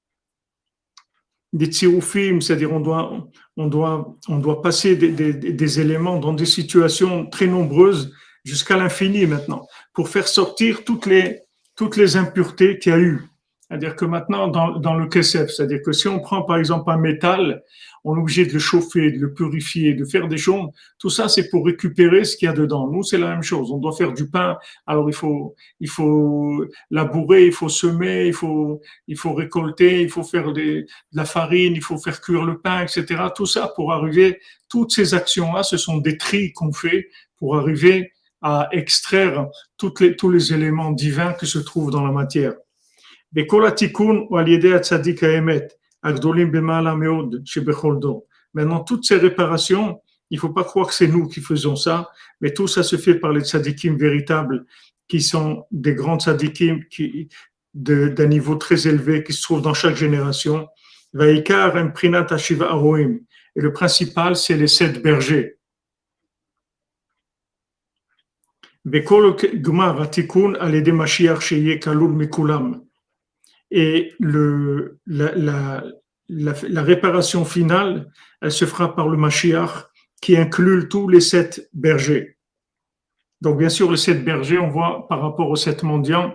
des tziroufim, c'est-à-dire on doit, on doit, on doit passer des, des, des éléments dans des situations très nombreuses jusqu'à l'infini maintenant, pour faire sortir toutes les, toutes les impuretés qu'il y a eu. C'est-à-dire que maintenant, dans, dans le kesef, c'est-à-dire que si on prend par exemple un métal, on est obligé de le chauffer, de le purifier, de faire des choses. Tout ça, c'est pour récupérer ce qu'il y a dedans. Nous, c'est la même chose. On doit faire du pain. Alors, il faut, il faut labourer, il faut semer, il faut, il faut récolter, il faut faire des, de la farine, il faut faire cuire le pain, et cetera. Tout ça pour arriver, toutes ces actions-là, ce sont des tris qu'on fait pour arriver à extraire toutes les, tous les éléments divins qui se trouvent dans la matière. Maintenant, toutes ces réparations, il ne faut pas croire que c'est nous qui faisons ça, mais tout ça se fait par les tzadikim véritables, qui sont des grands tzadikim qui, de, d'un niveau très élevé, qui se trouvent dans chaque génération. Et le principal, c'est les sept bergers. Et le, la, la, la, la réparation finale, elle se fera par le Mashiach qui inclut tous les sept bergers. Donc bien sûr, les sept bergers, on voit par rapport aux sept mendiants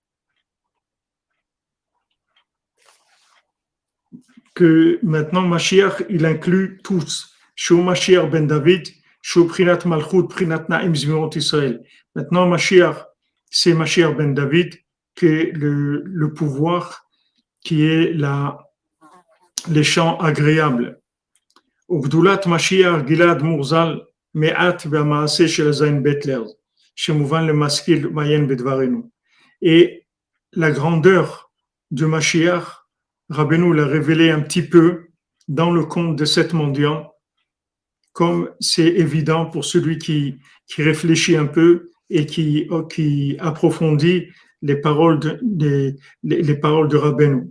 que maintenant Mashiach, il inclut tous. Shou Mashiach ben David, Shou Prinat Malchut, Prinat Naim Zmirot Israël. Maintenant Mashiach, c'est Mashiach ben David, qui est le, le pouvoir, qui est la, les chants agréables. Ugdulat Mashiach Gilad Murzal Me'at B'Amaaseh Shel Zayin Betler Shemouvan le Maskil Mayen Bedvarenu. Et la grandeur de Mashiach, Rabbeinu l'a révélé un petit peu dans le conte de sept mendiants, comme c'est évident pour celui qui, qui réfléchit un peu et qui, qui approfondit les paroles de, les, les, les paroles de Rabbeinu.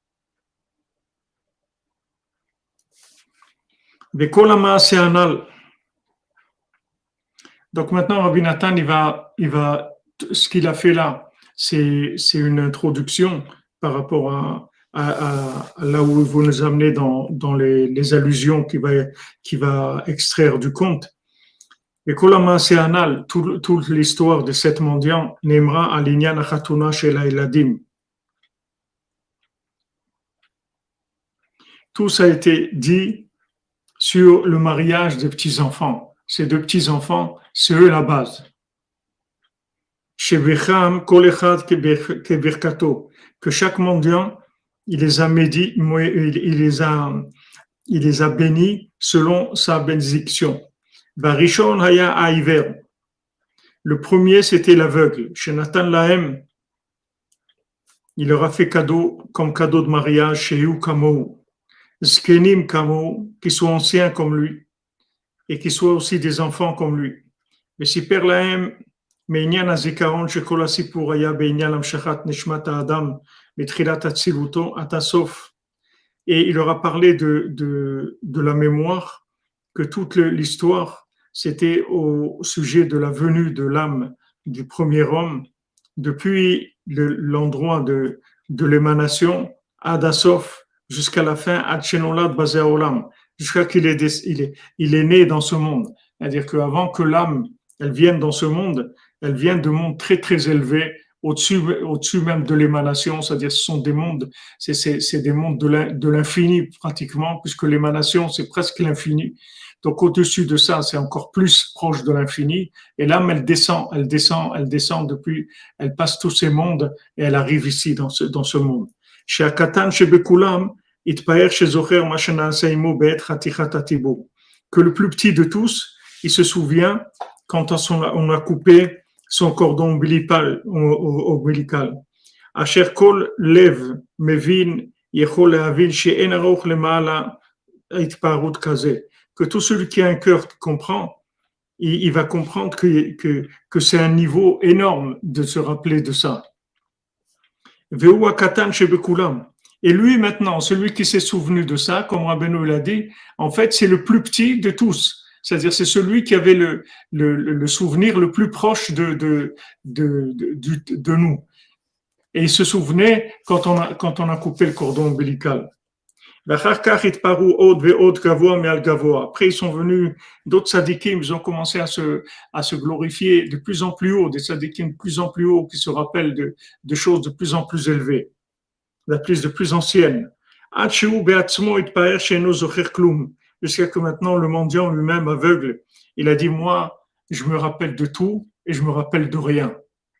Donc maintenant, Rabbi Nathan, il va, il va, ce qu'il a fait là, c'est, c'est une introduction par rapport à, à, à, à là où vous nous amenez dans, dans les, les allusions qu'il va, qu'il va extraire du conte. Et Kolama Seanal, toute l'histoire de sept mendiants, Nemra Alinyan Achatuna Shela Eladim. Tout ça a été dit sur le mariage des petits-enfants. Ces deux petits-enfants, c'est eux la base. Shebecham Kol Echad Kebirkato, que chaque mendiant, il les a médit, il les a, il les a bénis selon sa bénédiction. Varishon haya aiver. Le premier, c'était l'aveugle. Chez Nathan Lahem, il leur a fait cadeau, comme cadeau de mariage, chez Yu Kamo, Zkenim Kamo, qui soient anciens comme lui, et qui soient aussi des enfants comme lui. Mais si Père Lahem, מעניין הזיכרון שכל הסיפור היה בעניין המשכת נשמת האדם מתחילת אצילותו עד הסוף. Et il leur a parlé de, de, de la mémoire, que toute l'histoire, c'était au sujet de la venue de l'âme du premier homme, depuis le, l'endroit de, de l'émanation, Ad Assof, jusqu'à la fin, Ad Shenolad Bazeh Olam, jusqu'à qu'il est, il est, il est né dans ce monde. C'est-à-dire qu'avant que l'âme, elle vienne dans ce monde, elle vient de mondes très très élevés, au-dessus, au-dessus même de l'émanation, c'est-à-dire ce sont des mondes, c'est, c'est, c'est des mondes de l'infini pratiquement, puisque l'émanation c'est presque l'infini. Donc au-dessus de ça, c'est encore plus proche de l'infini. Et l'âme, elle descend, elle descend, elle descend depuis, elle passe tous ces mondes et elle arrive ici dans ce, dans ce monde. Chez Akatan, chez Bekulam, Itpaer, chez Zocher, Machana Saimo, Bet, Hatichat Atibo. Que le plus petit de tous, il se souvient quand on a coupé son cordon ombilical. ombilical. Asher kol lev mevin yechol lehavin she'en aroch lemala itparut kazeh. Que tout celui qui a un cœur qui comprend, il, il va comprendre que, que, que c'est un niveau énorme de se rappeler de ça. Ve'u hakatan shebekulam. Et lui maintenant, celui qui s'est souvenu de ça, comme Rabbeinu l'a dit, en fait c'est le plus petit de tous. C'est-à-dire c'est celui qui avait le, le, le souvenir le plus proche de, de, de, de, de, de nous. Et il se souvenait quand on a, quand on a coupé le cordon ombilical. Après, ils sont venus, d'autres sadikim, ils ont commencé à se, à se glorifier de plus en plus haut, des sadikim de plus en plus haut qui se rappellent de, de choses de plus en plus élevées, de plus, de plus anciennes. Jusqu'à que maintenant, le mendiant lui-même aveugle, il a dit, moi, je me rappelle de tout et je me rappelle de rien.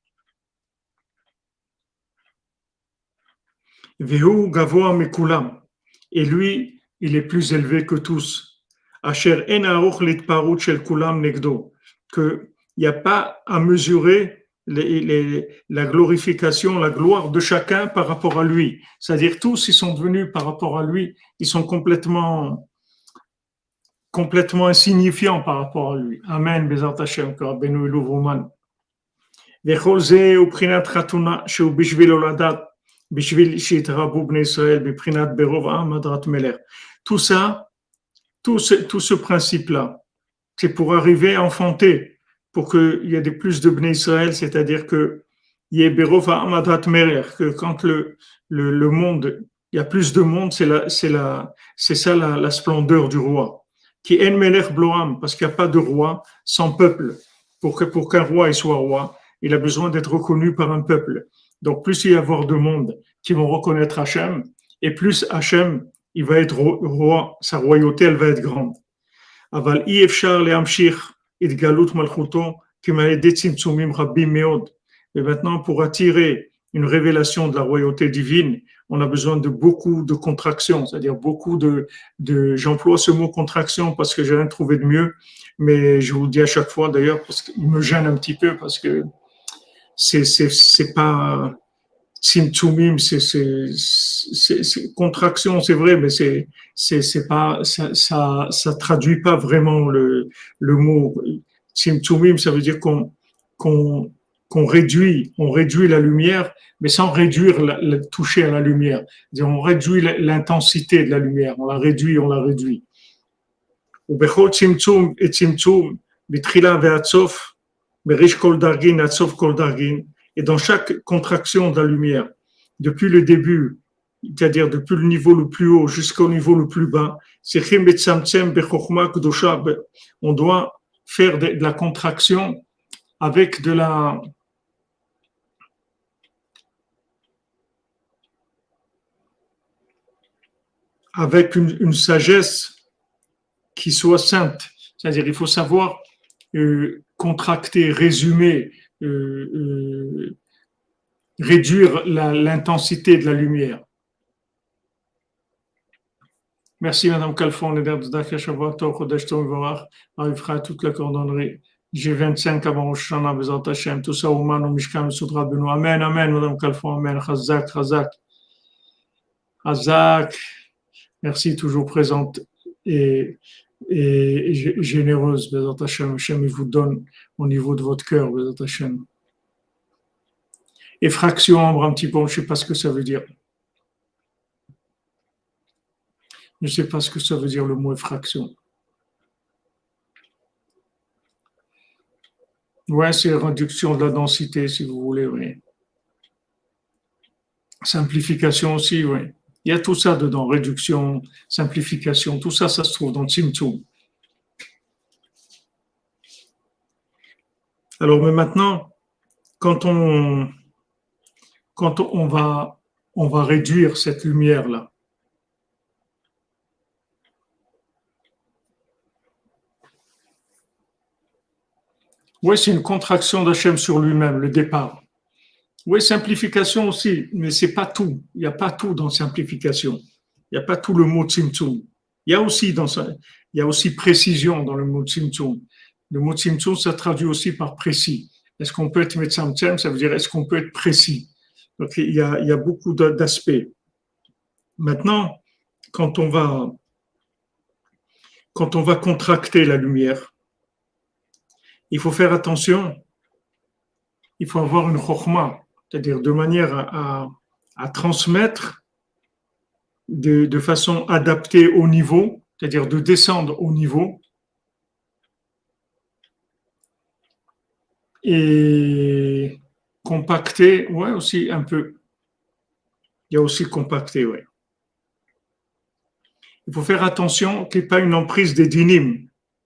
Vehu gavoa mekulam. Et lui, il est plus élevé que tous. Asher en aruch litparut shel kulam negdo. Que il n'y a pas à mesurer les, les, la glorification, la gloire de chacun par rapport à lui. C'est-à-dire tous, ils sont devenus par rapport à lui, ils sont complètement complètement insignifiant par rapport à lui. Amen, Bezat Hashem, que Rabbeinu Ilouvrouman. Vechol ze u prinat chatuna, sheu bishvil oladat, bishvil shitrabu bnei Israël, biprinat berov am adrat meler. Tout ça, tout ce, tout ce principe-là, c'est pour arriver à enfanter, pour qu'il y ait des plus de bnei Israël, c'est-à-dire que il y ait berov am adrat meler, que quand le, le, le monde, il y a plus de monde, c'est la, c'est la, c'est ça la, la splendeur du roi. Qui en melech bloam, parce qu'il n'y a pas de roi sans peuple. Pour que pour qu'un roi il soit roi, il a besoin d'être reconnu par un peuple. Donc plus il y a avoir de monde qui vont reconnaître Hachem, et plus Hachem il va être roi, sa royauté elle va être grande. Aval i efshar lehamshich et galut malchuto qui m'a aidé tzimtzumim rabbim meod. Et maintenant pour attirer une révélation de la royauté divine, on a besoin de beaucoup de contractions, c'est-à-dire beaucoup de, de j'emploie ce mot contraction parce que j'ai rien trouvé de mieux, mais je vous le dis à chaque fois d'ailleurs parce qu'il me gêne un petit peu parce que c'est, c'est, c'est pas tzimtzumim, c'est, c'est, c'est, c'est contraction, c'est vrai, mais c'est, c'est, c'est pas, ça, ça, ça traduit pas vraiment le, le mot tzimtzumim, ça veut dire qu'on, qu'on, qu'on réduit, on réduit la lumière, mais sans réduire, la, la, toucher à la lumière. C'est-à-dire, on réduit l'intensité de la lumière, on la réduit, on la réduit. ובכל צמצום וצמצום, בתחילה ועד סוף, בריש כל דרגין עד סוף כל דרגין, et dans chaque contraction de la lumière, depuis le début, c'est-à-dire depuis le niveau le plus haut jusqu'au niveau le plus bas, צריכים לצמצם בחוכמה קדושה, on doit faire de, de la contraction avec de la avec une, une sagesse qui soit sainte. C'est-à-dire, il faut savoir euh, contracter, résumer, euh, euh, réduire la, l'intensité de la lumière. Merci Madame Calfon, Neder Tzedaka, Shavuot Tov, Chodesh Tov Mevorach, Arifra, toute la cordonnerie. J'ai vingt-cinq avant Rosh Hashanah, Bezat Hashem, tout ça, Ouman, au Mishkan, Soudra Beno. Amen, Amen, Madame Calfon, Amen, Chazak, Chazak, Chazak. Merci, toujours présente et, et, et généreuse, Bezat Hashem. Hashem, il vous donne au niveau de votre cœur, Bezat Hashem. Effraction, un petit peu, je ne sais pas ce que ça veut dire. Je ne sais pas ce que ça veut dire le mot effraction. Ouais, c'est réduction de la densité, si vous voulez, oui. Simplification aussi, oui. Il y a tout ça dedans, réduction, simplification, tout ça, ça se trouve dans Tzimtzum. Alors, mais maintenant, quand on, quand on va, on va réduire cette lumière-là, oui, c'est une contraction d'Hachem sur lui-même, le départ. Oui, simplification aussi, mais c'est pas tout. Il n'y a pas tout dans simplification. Il n'y a pas tout le mot tzimtzum. Il y a aussi dans ça, il y a aussi précision dans le mot tzimtzum. Le mot tzimtzum, ça traduit aussi par précis. Est-ce qu'on peut être metzamtzem? Ça veut dire est-ce qu'on peut être précis? Donc il y a, il y a beaucoup d'aspects. Maintenant, quand on va, quand on va contracter la lumière, il faut faire attention. Il faut avoir une chokhma, c'est-à-dire de manière à, à, à transmettre de, de façon adaptée au niveau, c'est-à-dire de descendre au niveau et compacter, ouais, aussi un peu. Il y a aussi compacter, ouais. Il faut faire attention qu'il n'y ait pas une emprise des dynimes,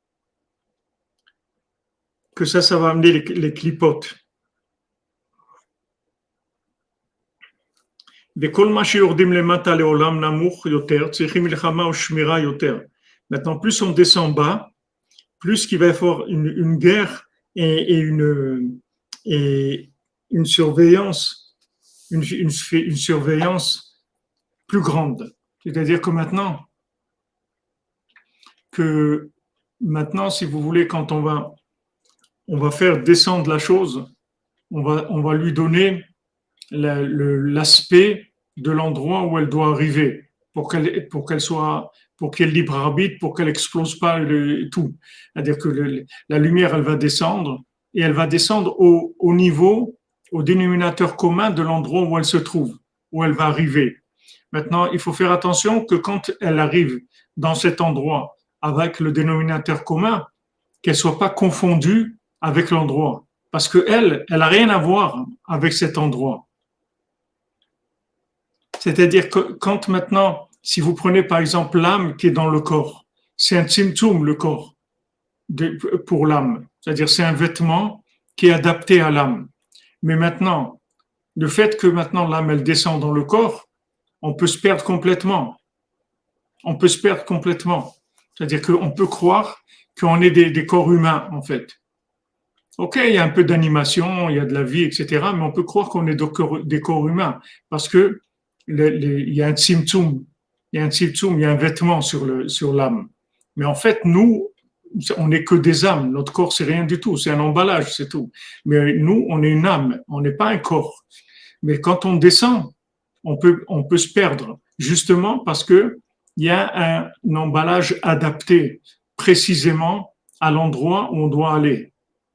que ça, ça va amener les, les clipotes. Maintenant, plus on descend bas, plus qu'il va y avoir une, une guerre et, et, une, et une surveillance, une, une, une surveillance plus grande. C'est-à-dire que maintenant, que maintenant, si vous voulez, quand on va, on va faire descendre la chose, on va, on va lui donner la, le, l'aspect de l'endroit où elle doit arriver pour qu'elle, pour qu'elle soit, pour qu'elle libre arbitre, pour qu'elle explose pas le, tout. C'est-à-dire que le, la lumière, elle va descendre et elle va descendre au, au niveau, au dénominateur commun de l'endroit où elle se trouve, où elle va arriver. Maintenant, il faut faire attention que quand elle arrive dans cet endroit avec le dénominateur commun, qu'elle soit pas confondue avec l'endroit. Parce que elle, elle a rien à voir avec cet endroit. C'est-à-dire que quand maintenant, si vous prenez par exemple l'âme qui est dans le corps, c'est un tzimtzum, le corps, de, pour l'âme. C'est-à-dire c'est un vêtement qui est adapté à l'âme. Mais maintenant, le fait que maintenant l'âme, elle descend dans le corps, on peut se perdre complètement. On peut se perdre complètement. C'est-à-dire qu'on peut croire qu'on est des, des corps humains, en fait. Ok, il y a un peu d'animation, il y a de la vie, et cetera, mais on peut croire qu'on est des corps, des corps humains parce que le, le, il y a un tzimtzum, il y a un tzimtzum, il y a un vêtement sur, le, sur l'âme. Mais en fait, nous, on n'est que des âmes. Notre corps, c'est rien du tout, c'est un emballage, c'est tout. Mais nous, on est une âme, on n'est pas un corps. Mais quand on descend, on peut, on peut se perdre, justement parce que il y a un, un emballage adapté précisément à l'endroit où on doit aller.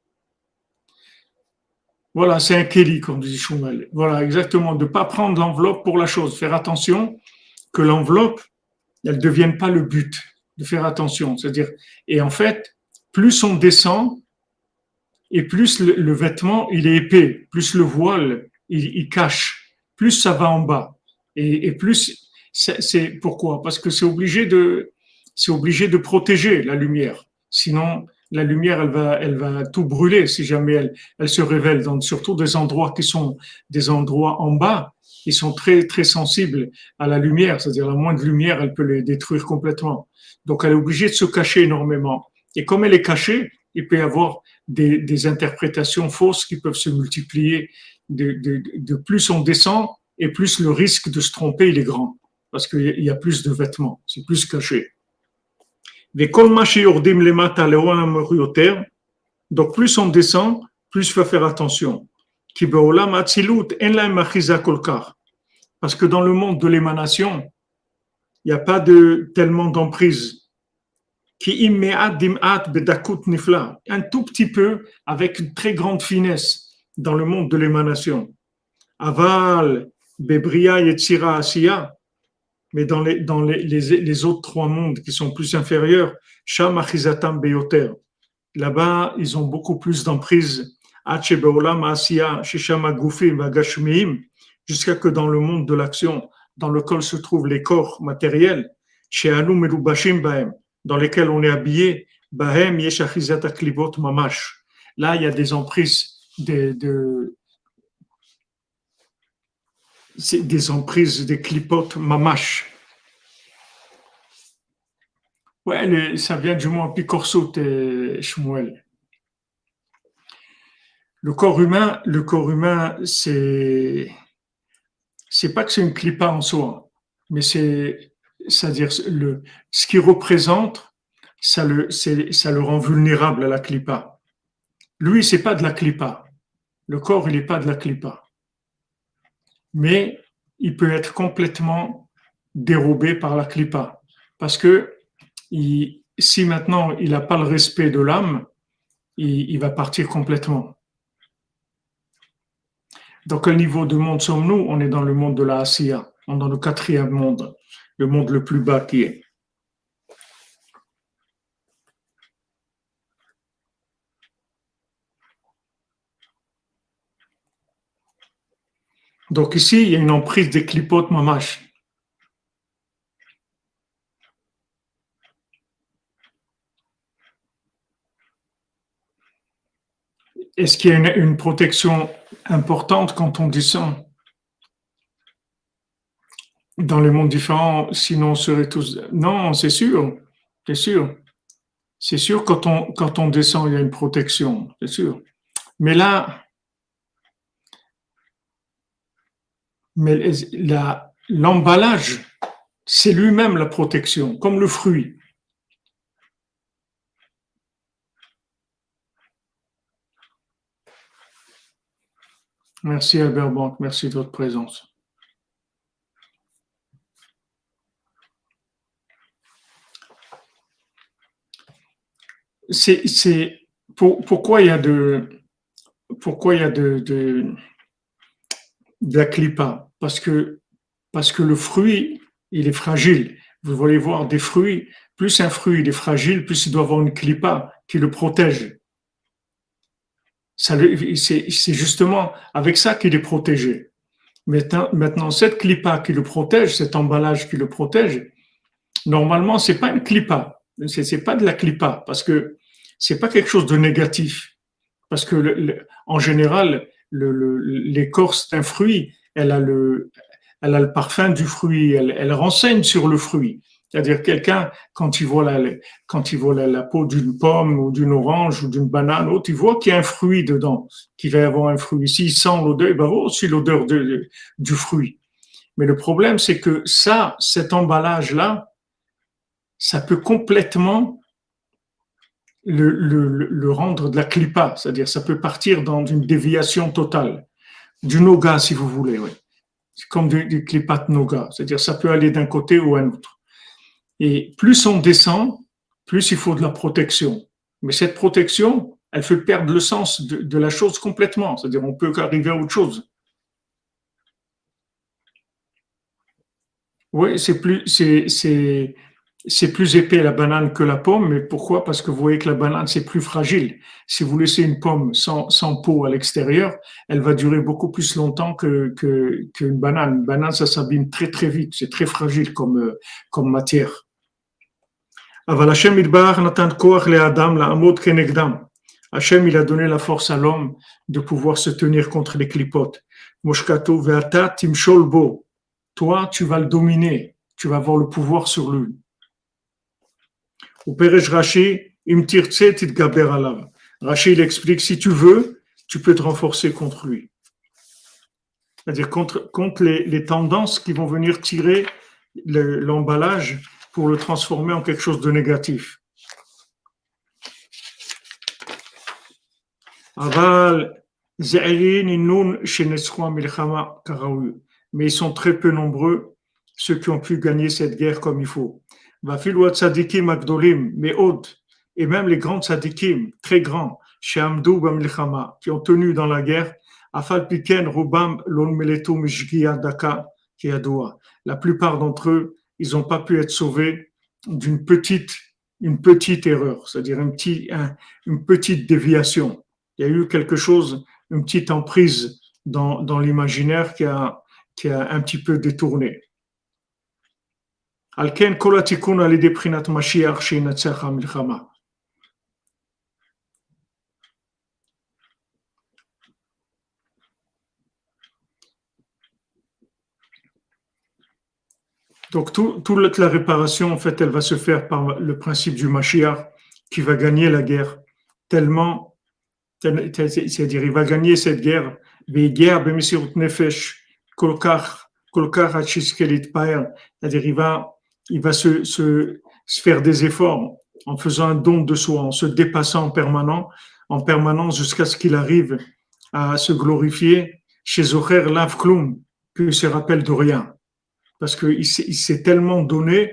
Voilà, c'est un kéli, comme dit Choumel. Voilà, exactement, de ne pas prendre l'enveloppe pour la chose. Faire attention que l'enveloppe, elle ne devienne pas le but. De faire attention. C'est-à-dire, et en fait, plus on descend, et plus le, le vêtement, il est épais, plus le voile, il, il cache, plus ça va en bas. Et, et plus, c'est, c'est pourquoi? Parce que c'est obligé de, c'est obligé de protéger la lumière. Sinon, la lumière, elle va, elle va tout brûler si jamais elle, elle se révèle dans surtout des endroits qui sont des endroits en bas, qui sont très, très sensibles à la lumière. C'est-à-dire, la moindre lumière, elle peut les détruire complètement. Donc, elle est obligée de se cacher énormément. Et comme elle est cachée, il peut y avoir des, des interprétations fausses qui peuvent se multiplier. De, de, de plus on descend, et plus le risque de se tromper, il est grand. parce qu'il y a plus de vêtements, c'est plus caché. וכל מה שיורדים למטה לעולם יותר, donc plus on descend, plus il faut faire attention. כי בעולם האצילות אין להם אחיזה כל כך. Parce que dans le monde de l'émanation, il n'y a pas de tellement d'emprise. Qui immeat dim'at bedakut nifla, un tout petit peu avec une très grande finesse dans le monde de l'émanation. Aval bebria yetzira asiya, mais dans les dans les, les les autres trois mondes qui sont plus inférieurs, sham achizatam beyoter. Là-bas, ils ont beaucoup plus d'emprise. Ache beolam asiya shisham agufim vagashmiim, jusqu'à que dans le monde de l'action, dans lequel se trouvent les corps matériels, chez anu merubashim bahem, dans lesquels on est habillé, bahem yesh achizat aklibot mamash. Là, il y a des emprises de, de c'est des emprises des clipotes mamash. Ouais, les, ça vient du mot Picorsot et Shmuel. Le corps humain, le corps humain, c'est c'est pas que c'est une clipa en soi, mais c'est, c'est-à-dire le ce qui représente, ça le c'est, ça le rend vulnérable à la clipa. Lui, c'est pas de la clipa. Le corps, il est pas de la clipa. Mais il peut être complètement dérobé par la clipa. Parce que il, si maintenant il n'a pas le respect de l'âme, il, il va partir complètement. Dans quel niveau de monde sommes-nous? On est dans le monde de la Asiya, on est dans le quatrième monde, le monde le plus bas qui est. Donc ici, il y a une emprise des clipotes mamash. Est-ce qu'il y a une, une protection importante quand on descend dans les mondes différents? Sinon, on serait tous... Non, c'est sûr, c'est sûr. C'est sûr, quand on, quand on descend, il y a une protection, c'est sûr. Mais là, mais la, l'emballage, c'est lui-même la protection, comme le fruit. Merci Albert Banque, merci de votre présence. C'est, c'est pour, pourquoi il y a de pourquoi il y a de, de, de la clipa? Parce que parce que le fruit, il est fragile. Vous voulez voir des fruits, plus un fruit il est fragile, plus il doit avoir une clipa qui le protège. Ça, c'est, c'est justement avec ça qu'il est protégé. Maintenant, maintenant, cette clipa qui le protège, cet emballage qui le protège, normalement, c'est pas une clipa. C'est, c'est pas de la clipa parce que c'est pas quelque chose de négatif. Parce que le, le, en général, le, le, l'écorce d'un fruit, elle a le, elle a le parfum du fruit, elle, elle renseigne sur le fruit. C'est-à-dire quelqu'un, quand il voit la, quand il voit la, la peau d'une pomme ou d'une orange ou d'une banane, autre, il voit qu'il y a un fruit dedans, qu'il va y avoir un fruit. S'il sent l'odeur, il va avoir aussi l'odeur de, de, du fruit. Mais le problème, c'est que ça, cet emballage-là, ça peut complètement le, le, le rendre de la clipa, c'est-à-dire ça peut partir dans une déviation totale, du noga, si vous voulez, oui. C'est comme du, du clipat noga, c'est-à-dire ça peut aller d'un côté ou un autre. Et plus on descend, plus il faut de la protection. Mais cette protection, elle fait perdre le sens de, de la chose complètement. C'est-à-dire, on peut arriver à autre chose. Oui, c'est plus, c'est, c'est, c'est plus épais la banane que la pomme. Mais pourquoi? Parce que vous voyez que la banane, c'est plus fragile. Si vous laissez une pomme sans, sans peau à l'extérieur, elle va durer beaucoup plus longtemps que, que, qu'une banane. Une banane, ça s'abîme très, très vite. C'est très fragile comme, comme matière. אבל השם יתברך נתן כוח לאדם לעמוד כנגדם. Hachem, il a donné la force à l'homme de pouvoir se tenir contre les clipotes. Moshkato ve'ata timshol bo. Toi, tu vas le dominer. Tu vas avoir le pouvoir sur lui. Ou Perej Rashi, im tirtse titgaber alav. Rashi, il explique, si tu veux, tu peux te renforcer contre lui. C'est-à-dire contre, contre les, les tendances qui vont venir tirer le, l'emballage pour le transformer en quelque chose de négatif. Aval, mais ils sont très peu nombreux, ceux qui ont pu gagner cette guerre comme il faut. Et même les grands tzadikim, très grands, qui ont tenu dans la guerre, la plupart d'entre eux, ils n'ont pas pu être sauvés d'une petite, une petite erreur, c'est-à-dire un petit, un, une petite déviation. Il y a eu quelque chose, une petite emprise dans, dans l'imaginaire qui a, qui a un petit peu détourné. Alken kol hatikun al yedei bchinat Mashiach sheinatzach hamilchama. Donc, tout, toute la réparation, en fait, elle va se faire par le principe du Mashiach qui va gagner la guerre. Tellement, c'est-à-dire, il va gagner cette guerre. C'est-à-dire, il va, il va se, se, se faire des efforts en faisant un don de soi, en se dépassant en permanence, en permanence jusqu'à ce qu'il arrive à se glorifier chez Zocher Lav Klum, qu'il se rappelle de rien. Parce qu'il s'est, il s'est tellement donné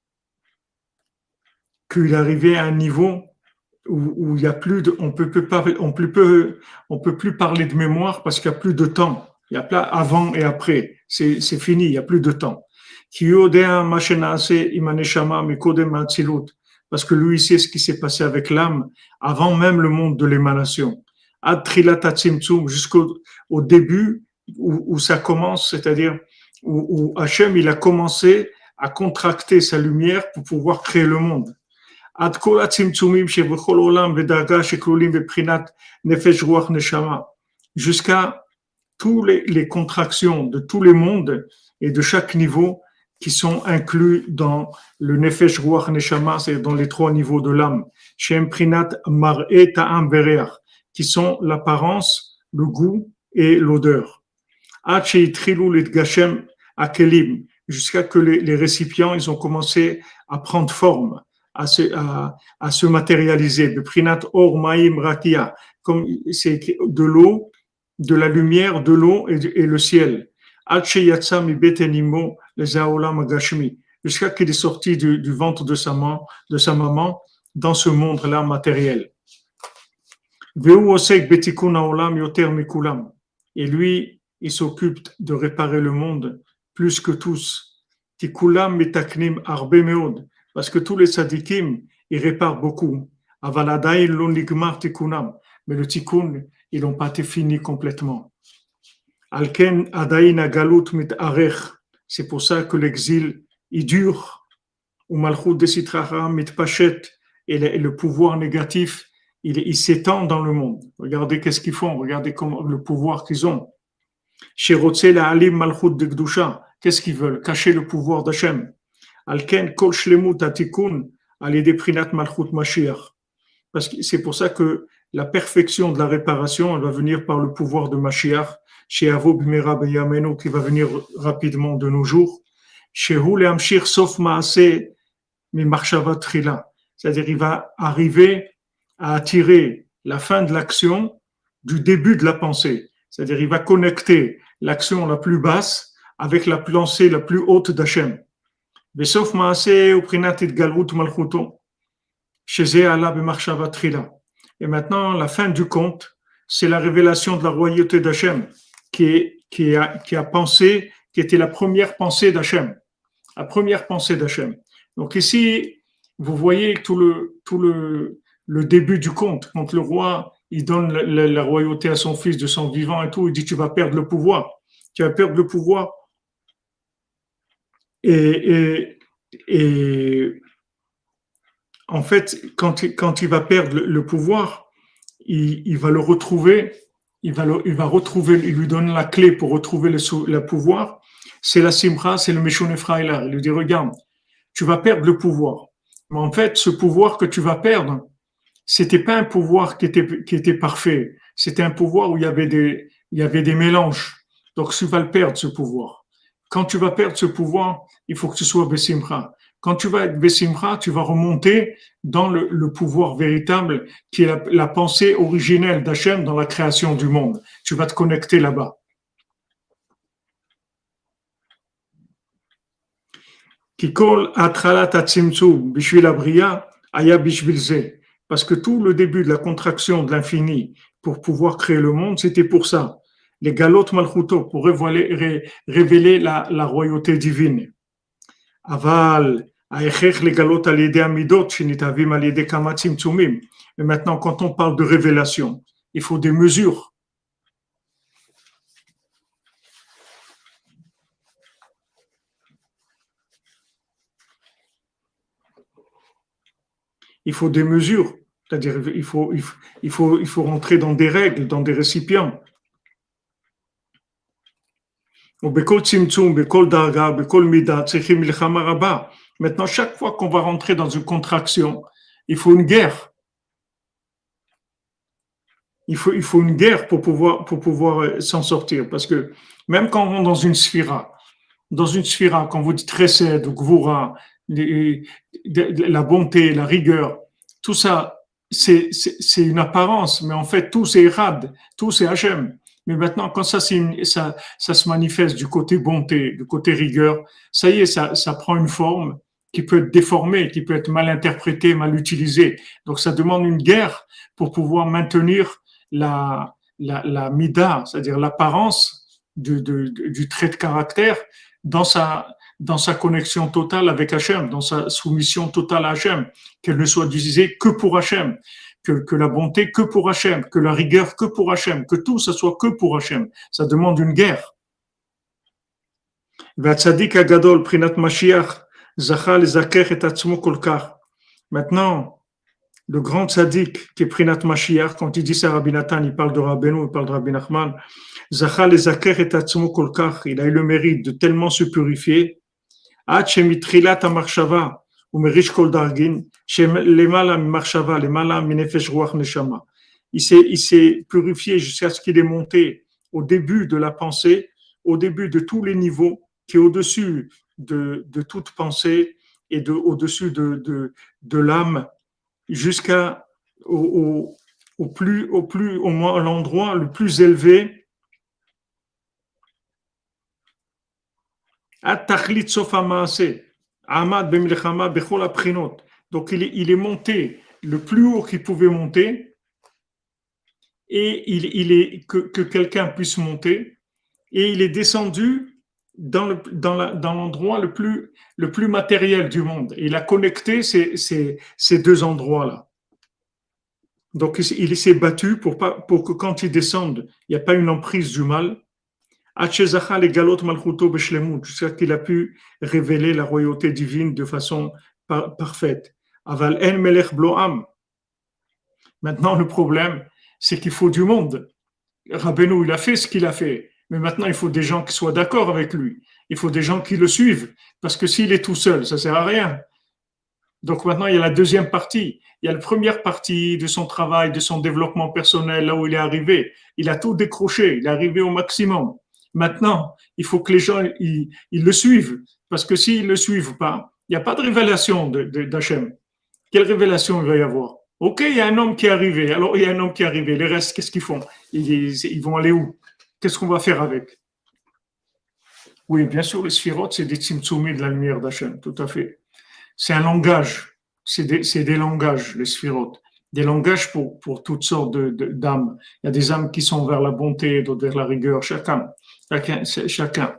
qu'il est arrivé à un niveau où, où il y a plus de, on peut, peut pas, on peut, peut, on peut plus parler de mémoire parce qu'il y a plus de temps. Il y a plein avant et après. C'est, c'est fini, il y a plus de temps. Parce que lui, il sait ce qui s'est passé avec l'âme avant même le monde de l'émanation. Jusqu'au au début où, où ça commence, c'est-à-dire où, où Hachem, il a commencé à contracter sa lumière pour pouvoir créer le monde. Jusqu'à tous les, les contractions de tous les mondes et de chaque niveau qui sont inclus dans le Nefesh Ruach Neshama, c'est dans les trois niveaux de l'âme, Shem Prinat Mar'e Ta'am Vereach, qui sont l'apparence, le goût et l'odeur. Jusqu'à que les, les récipients, ils ont commencé à prendre forme, à se, à, à se matérialiser. De Prinat Or Ma'im Rakia, comme c'est écrit, de l'eau, de la lumière, de l'eau et, et le ciel. Jusqu'à qu'il est sorti du, du ventre de sa, maman, de sa maman dans ce monde-là matériel. Et lui, il s'occupe de réparer le monde plus que tous. Parce que tous les tzadikim, ils réparent beaucoup. Mais le tikkun, ils n'ont pas été finis complètement. C'est pour ça que l'exil, il dure. Et le pouvoir négatif, il, il s'étend dans le monde. Regardez qu'est-ce qu'ils font, regardez comment, le pouvoir qu'ils ont. Qu'est-ce qu'ils veulent? Cacher le pouvoir d'Hachem. Parce que c'est pour ça que la perfection de la réparation, elle va venir par le pouvoir de Mashiach, chez Avo Bimera Beyamenu, qui va venir rapidement de nos jours, chez Hu Leamshir Sof Maase Mimarshava Trila. C'est-à-dire, il va arriver à attirer la fin de l'action du début de la pensée. C'est-à-dire, il va connecter l'action la plus basse avec la pensée la plus haute d'Hachem. Besof Maase Uprinat Itgalrut Malchuto, chez Zeala Bimarshava Trila. Et maintenant, la fin du conte, c'est la révélation de la royauté d'Hachem, qui, est, qui, a, qui a pensé, qui était la première pensée d'Hachem. La première pensée d'Hachem. Donc ici, vous voyez tout le, tout le, le début du conte. Quand le roi, il donne la, la, la royauté à son fils de son vivant et tout, il dit, tu vas perdre le pouvoir. Tu vas perdre le pouvoir. Et, et, et en fait, quand, quand il va perdre le, le pouvoir, il, il va le retrouver, il va, le, il va retrouver, il lui donne la clé pour retrouver le, le pouvoir. C'est la simcha, c'est le Meshon Ephraïla. Il lui dit, regarde, tu vas perdre le pouvoir. Mais en fait, ce pouvoir que tu vas perdre, c'était pas un pouvoir qui était, qui était parfait. C'était un pouvoir où il y avait des, il y avait des mélanges. Donc, tu vas le perdre, ce pouvoir. Quand tu vas perdre ce pouvoir, il faut que tu sois Bessimcha. Quand tu vas être Bessimcha, tu vas remonter dans le, le pouvoir véritable qui est la, la pensée originelle d'Hachem dans la création du monde. Tu vas te connecter là-bas. Kikol atralat atzimtzum bishvil abriya aya bishvil ze. Parce que tout le début de la contraction de l'infini pour pouvoir créer le monde, c'était pour ça. Les galot malchuto, pour révéler, ré, révéler la, la royauté divine. Aval, aechech les galot al yedei amidot shenitavim al yedei kama tzimtzumim. Mais maintenant, quand on parle de révélation, il faut des mesures. Il faut des mesures. C'est-à-dire, il faut, il, faut, il, faut, il faut rentrer dans des règles, dans des récipients. Maintenant, chaque fois qu'on va rentrer dans une contraction, il faut une guerre. Il faut, il faut une guerre pour pouvoir, pour pouvoir s'en sortir. Parce que même quand on rentre dans une sphira, dans une sphira, quand vous dites Chesed ou Gvura, la bonté, la rigueur, tout ça, c'est, c'est, c'est une apparence, mais en fait, tout c'est Rad, tout c'est Hachem. Mais maintenant, quand ça, c'est une, ça, ça se manifeste du côté bonté, du côté rigueur, ça y est, ça, ça prend une forme qui peut être déformée, qui peut être mal interprétée, mal utilisée. Donc, ça demande une guerre pour pouvoir maintenir la, la, la mida, c'est-à-dire l'apparence du, du, du trait de caractère dans sa, dans sa connexion totale avec Hachem, dans sa soumission totale à Hachem, qu'elle ne soit utilisée que pour Hachem, que, que la bonté que pour Hachem, que la rigueur que pour Hachem, que tout ça soit que pour Hachem. Ça demande une guerre. Maintenant, le grand tzaddik qui est Prinat Mashiach, quand il dit ça à Rabbi Nathan, il parle de Rabbeinu, il parle de Rabbi Nachman, Zachal ezaker et atzmo kolkach, il a eu le mérite de tellement se purifier, ad shemitrilat hamarshava umerish kol dargin, shelemala marshava, lemala minefesh ruach neshama. Il s'est, il s'est purifié jusqu'à ce qu'il est monté au début de la pensée, au début de tous les niveaux, qui est au-dessus de, de toute pensée et de, au-dessus de, de, de l'âme, jusqu'à au, au, au plus, au plus, au moins à l'endroit le plus élevé. Donc il est, il est monté le plus haut qu'il pouvait monter et il, il est que, que quelqu'un puisse monter et il est descendu dans, le, dans, la, dans l'endroit le plus, le plus matériel du monde. Il a connecté ces, ces, ces deux endroits-là. Donc il s'est battu pour, pas, pour que quand il descende, il n'y a pas une emprise du mal. Jusqu'à qu'il a pu révéler la royauté divine de façon par, parfaite. Aval en melech bloam. Maintenant, le problème, c'est qu'il faut du monde. Rabbeinu, il a fait ce qu'il a fait. Mais maintenant, il faut des gens qui soient d'accord avec lui. Il faut des gens qui le suivent. Parce que s'il est tout seul, ça ne sert à rien. Donc maintenant, il y a la deuxième partie. Il y a la première partie de son travail, de son développement personnel, là où il est arrivé. Il a tout décroché. Il est arrivé au maximum. Maintenant, il faut que les gens ils, ils le suivent. Parce que s'ils ne le suivent pas, il n'y a pas de révélation de, de, d'Hachem. Quelle révélation il va y avoir? Ok, il y a un homme qui est arrivé. Alors, il y a un homme qui est arrivé. Les restes, qu'est-ce qu'ils font? ils, ils, ils vont aller où? Qu'est-ce qu'on va faire avec? Oui, bien sûr, les sphirotes, c'est des tzimtzumi de la lumière d'Hachem, tout à fait. C'est un langage. C'est des, c'est des langages, les sphirotes. Des langages pour, pour toutes sortes de, de, d'âmes. Il y a des âmes qui sont vers la bonté, d'autres vers la rigueur, chacun. Chacun, chacun.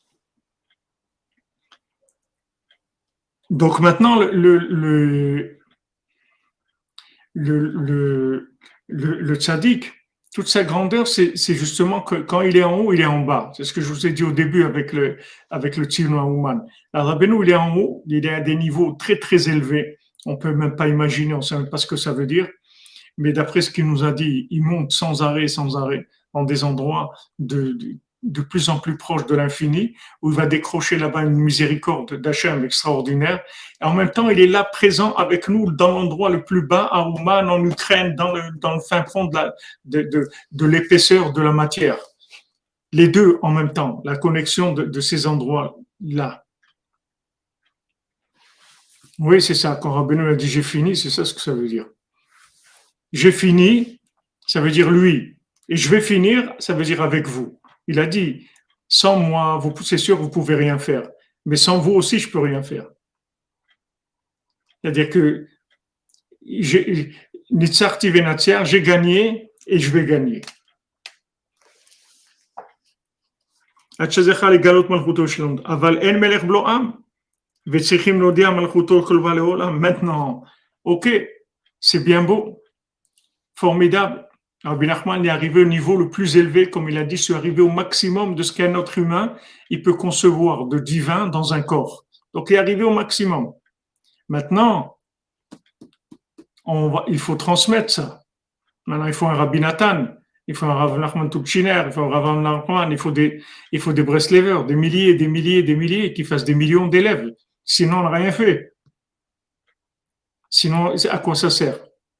Donc maintenant, le, le, le, le, le, le, le tzaddik, toute sa grandeur, c'est, c'est justement que quand il est en haut, il est en bas. C'est ce que je vous ai dit au début avec le, avec le Tzivon Ouman. La Rabbeinu, il est en haut, il est à des niveaux très, très élevés. On peut même pas imaginer, on sait même pas ce que ça veut dire. Mais d'après ce qu'il nous a dit, il monte sans arrêt, sans arrêt, dans des endroits de, de, de plus en plus proches de l'infini, où il va décrocher là-bas une miséricorde d'Hachem extraordinaire. Et en même temps, il est là présent avec nous dans l'endroit le plus bas, à Ouman, en Ukraine, dans le, dans le fin fond de, la, de, de, de l'épaisseur de la matière. les deux en même temps, la connexion de, de ces endroits-là. Oui, c'est ça. Quand Rabbeinu a dit j'ai fini, c'est ça ce que ça veut dire. J'ai fini, ça veut dire lui. Et je vais finir, ça veut dire avec vous. Il a dit, sans moi, vous, c'est sûr, vous pouvez rien faire. Mais sans vous aussi, je peux rien faire. C'est-à-dire que j'ai, Nitzarti Venatia, j'ai gagné et je vais gagner. Aval en melech blo am. Maintenant, ok, c'est bien beau, formidable. Rabbi Nachman est arrivé au niveau le plus élevé, comme il a dit, c'est arrivé au maximum de ce qu'un être humain il peut concevoir de divin dans un corps. Donc il est arrivé au maximum. Maintenant, on va, il faut transmettre ça. Maintenant, il faut un Rabbi Nathan, il faut un Rav Nachman Tubchiner, il faut un Rav Nachman, il faut des, il faut des Breslevers, des milliers, des milliers, des milliers qui fassent des millions d'élèves. Sinon, on n'a rien fait. Sinon, à quoi ça sert?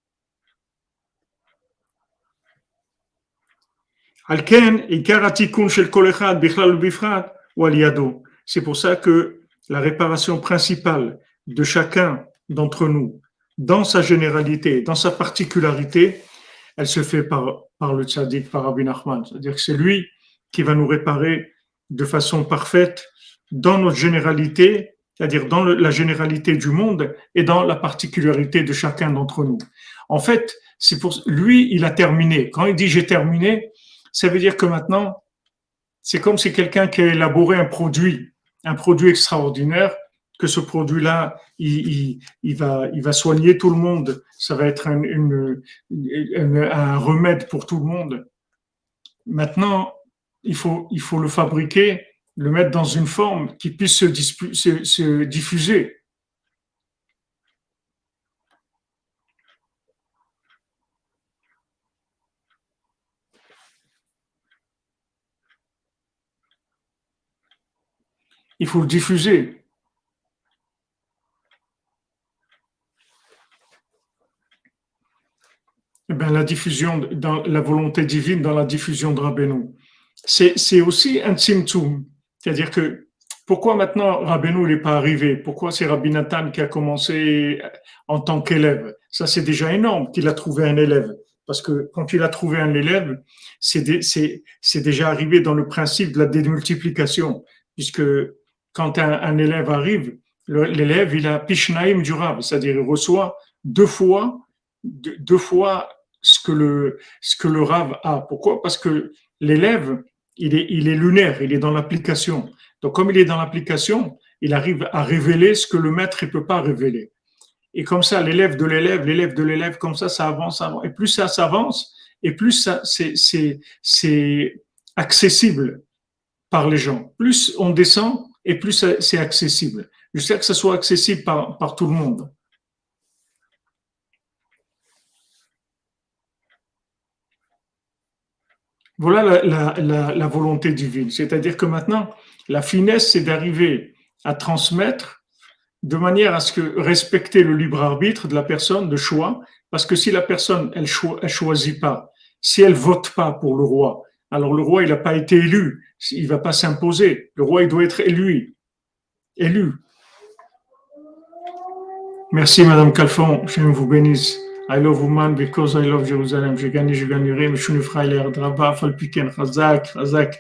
C'est pour ça que la réparation principale de chacun d'entre nous, dans sa généralité, dans sa particularité, elle se fait par, par le tzaddik, par Rabbi Nachman. C'est-à-dire que c'est lui qui va nous réparer de façon parfaite dans notre généralité, c'est-à-dire dans le, la généralité du monde et dans la particularité de chacun d'entre nous. En fait, c'est pour lui, il a terminé. Quand il dit j'ai terminé, ça veut dire que maintenant, c'est comme si quelqu'un qui a élaboré un produit, un produit extraordinaire, que ce produit-là, il, il, il, va, il va soigner tout le monde. Ça va être un, une, une, un remède pour tout le monde. Maintenant, il faut, il faut le fabriquer, le mettre dans une forme qui puisse se, dispu, se, se diffuser. Il faut le diffuser. Eh bien, la diffusion, dans la volonté divine, dans la diffusion de Rabbeinu. C'est, c'est aussi un tzimtzum. C'est-à-dire que, pourquoi maintenant Rabbeinu n'est pas arrivé? Pourquoi c'est Rabbi Nathan qui a commencé en tant qu'élève? Ça, c'est déjà énorme qu'il a trouvé un élève. Parce que quand il a trouvé un élève, c'est, des, c'est, c'est déjà arrivé dans le principe de la démultiplication. Puisque quand un, un élève arrive, le, l'élève, il a pishnaim du Rav, c'est-à-dire il reçoit deux fois deux, deux fois ce que le ce que le Rav a. Pourquoi? Parce que l'élève, il est il est lunaire, il est dans l'application. Donc comme il est dans l'application, il arrive à révéler ce que le maître ne peut pas révéler. Et comme ça, l'élève de l'élève, l'élève de l'élève, comme ça, ça avance, ça avance. Et plus ça s'avance, et plus ça c'est c'est c'est accessible par les gens. Plus on descend, et plus c'est accessible. Jusqu'à que ça soit accessible par par tout le monde. Voilà la, la, la, la volonté divine. C'est-à-dire que maintenant, la finesse, c'est d'arriver à transmettre de manière à ce que respecter le libre arbitre de la personne, de choix, parce que si la personne, elle, cho- elle choisit pas, si elle vote pas pour le roi, alors le roi, il n'a pas été élu, il va pas s'imposer. Le roi, il doit être élu. Élu. Merci, Madame Calfon. Je vous bénisse. I love woman because I love Jerusalem. Je gagne, je gagnerai, mais je suis frère draba, falpiken, chazak, chazak.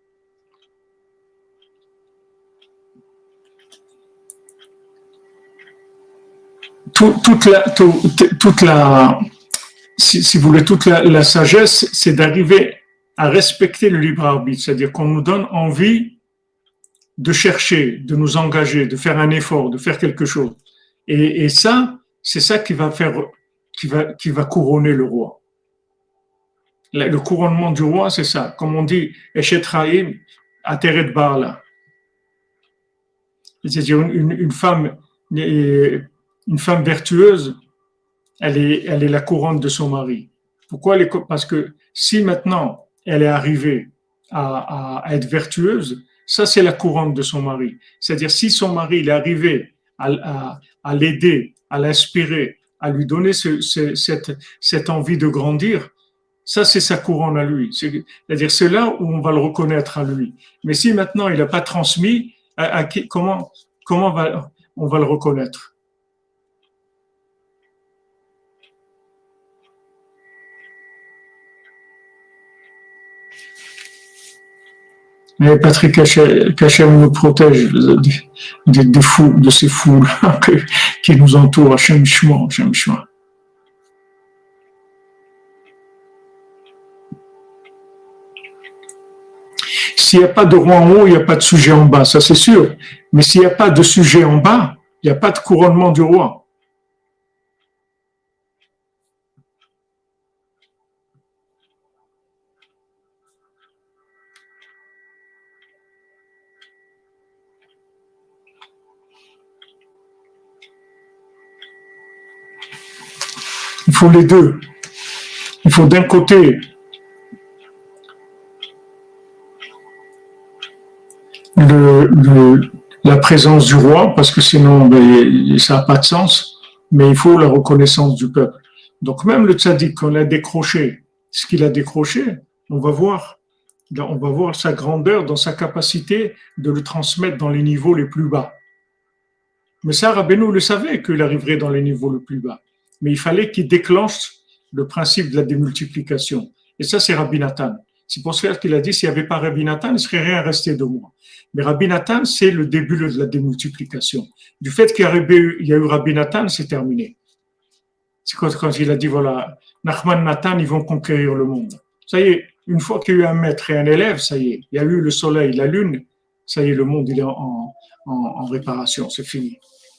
Tout, toute la, tout, toute la, si, si vous voulez, toute la, la sagesse, c'est d'arriver à respecter le libre arbitre, c'est-à-dire qu'on nous donne envie de chercher, de nous engager, de faire un effort, de faire quelque chose. Et, et ça, c'est ça qui va faire, qui va, qui va couronner le roi. Le couronnement du roi, c'est ça. Comme on dit, Eshetraim, Ateret Baala. C'est-à-dire une, une femme, une femme vertueuse, elle est, elle est la couronne de son mari. Pourquoi elle est, parce que si maintenant elle est arrivée à, à, à être vertueuse, ça c'est la couronne de son mari. C'est-à-dire si son mari il est arrivé à, à, à l'aider, à l'inspirer, à lui donner ce, ce, cette, cette envie de grandir, Ça, c'est sa couronne à lui. C'est-à-dire, c'est là où on va le reconnaître à lui. Mais si maintenant il n'a pas transmis, à, à qui, comment, comment va, on va le reconnaître? Mais Patrick Hachem nous protège des, des fous, de ces fous-là qui nous entourent. Hachem Shmo, Hachem Shmo. S'il n'y a pas de roi en haut, il n'y a pas de sujet en bas, ça c'est sûr. Mais s'il n'y a pas de sujet en bas, il n'y a pas de couronnement du roi. Il faut les deux. Il faut d'un côté le, le, la présence du roi, parce que sinon ben, ça n'a pas de sens, mais il faut la reconnaissance du peuple. Donc même le tzaddik, quand il a décroché ce qu'il a décroché, on va voir, on va voir sa grandeur dans sa capacité de le transmettre dans les niveaux les plus bas. Mais ça, Rabbeinu le savait qu'il arriverait dans les niveaux les plus bas. Mais il fallait qu'il déclenche le principe de la démultiplication. Et ça, c'est Rabbi Nathan. C'est pour ça qu'il a dit, s'il n'y avait pas Rabbi Nathan, il ne serait rien resté de moi. Mais Rabbi Nathan, c'est le début de la démultiplication. Du fait qu'il y a eu Rabbi Nathan, c'est terminé. C'est quand, quand il a dit, voilà, Nachman, Nathan, ils vont conquérir le monde. Ça y est, une fois qu'il y a eu un maître et un élève, ça y est, il y a eu le soleil, la lune, ça y est, le monde, il est en, en, en réparation, c'est fini.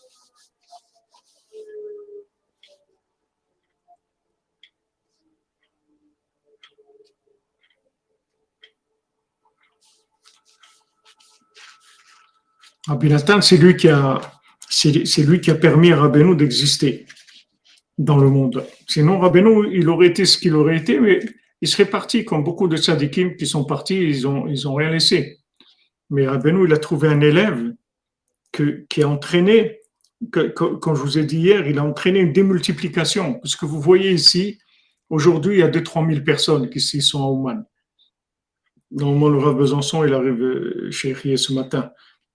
Rabbi Nathan, c'est lui qui a, c'est, c'est lui qui a permis à Rabbeinu d'exister dans le monde. Sinon, Rabbeinu, il aurait été ce qu'il aurait été, mais il serait parti, comme beaucoup de tzadikim qui sont partis, ils ont, ils ont rien laissé. Mais Rabbeinu, il a trouvé un élève que, qui a entraîné, que, comme je vous ai dit hier, il a entraîné une démultiplication. Parce que vous voyez ici, aujourd'hui, il y a deux à trois mille personnes qui sont à Ouman. Normalement, le Rav Besançon, il arrive chez Rié ce matin.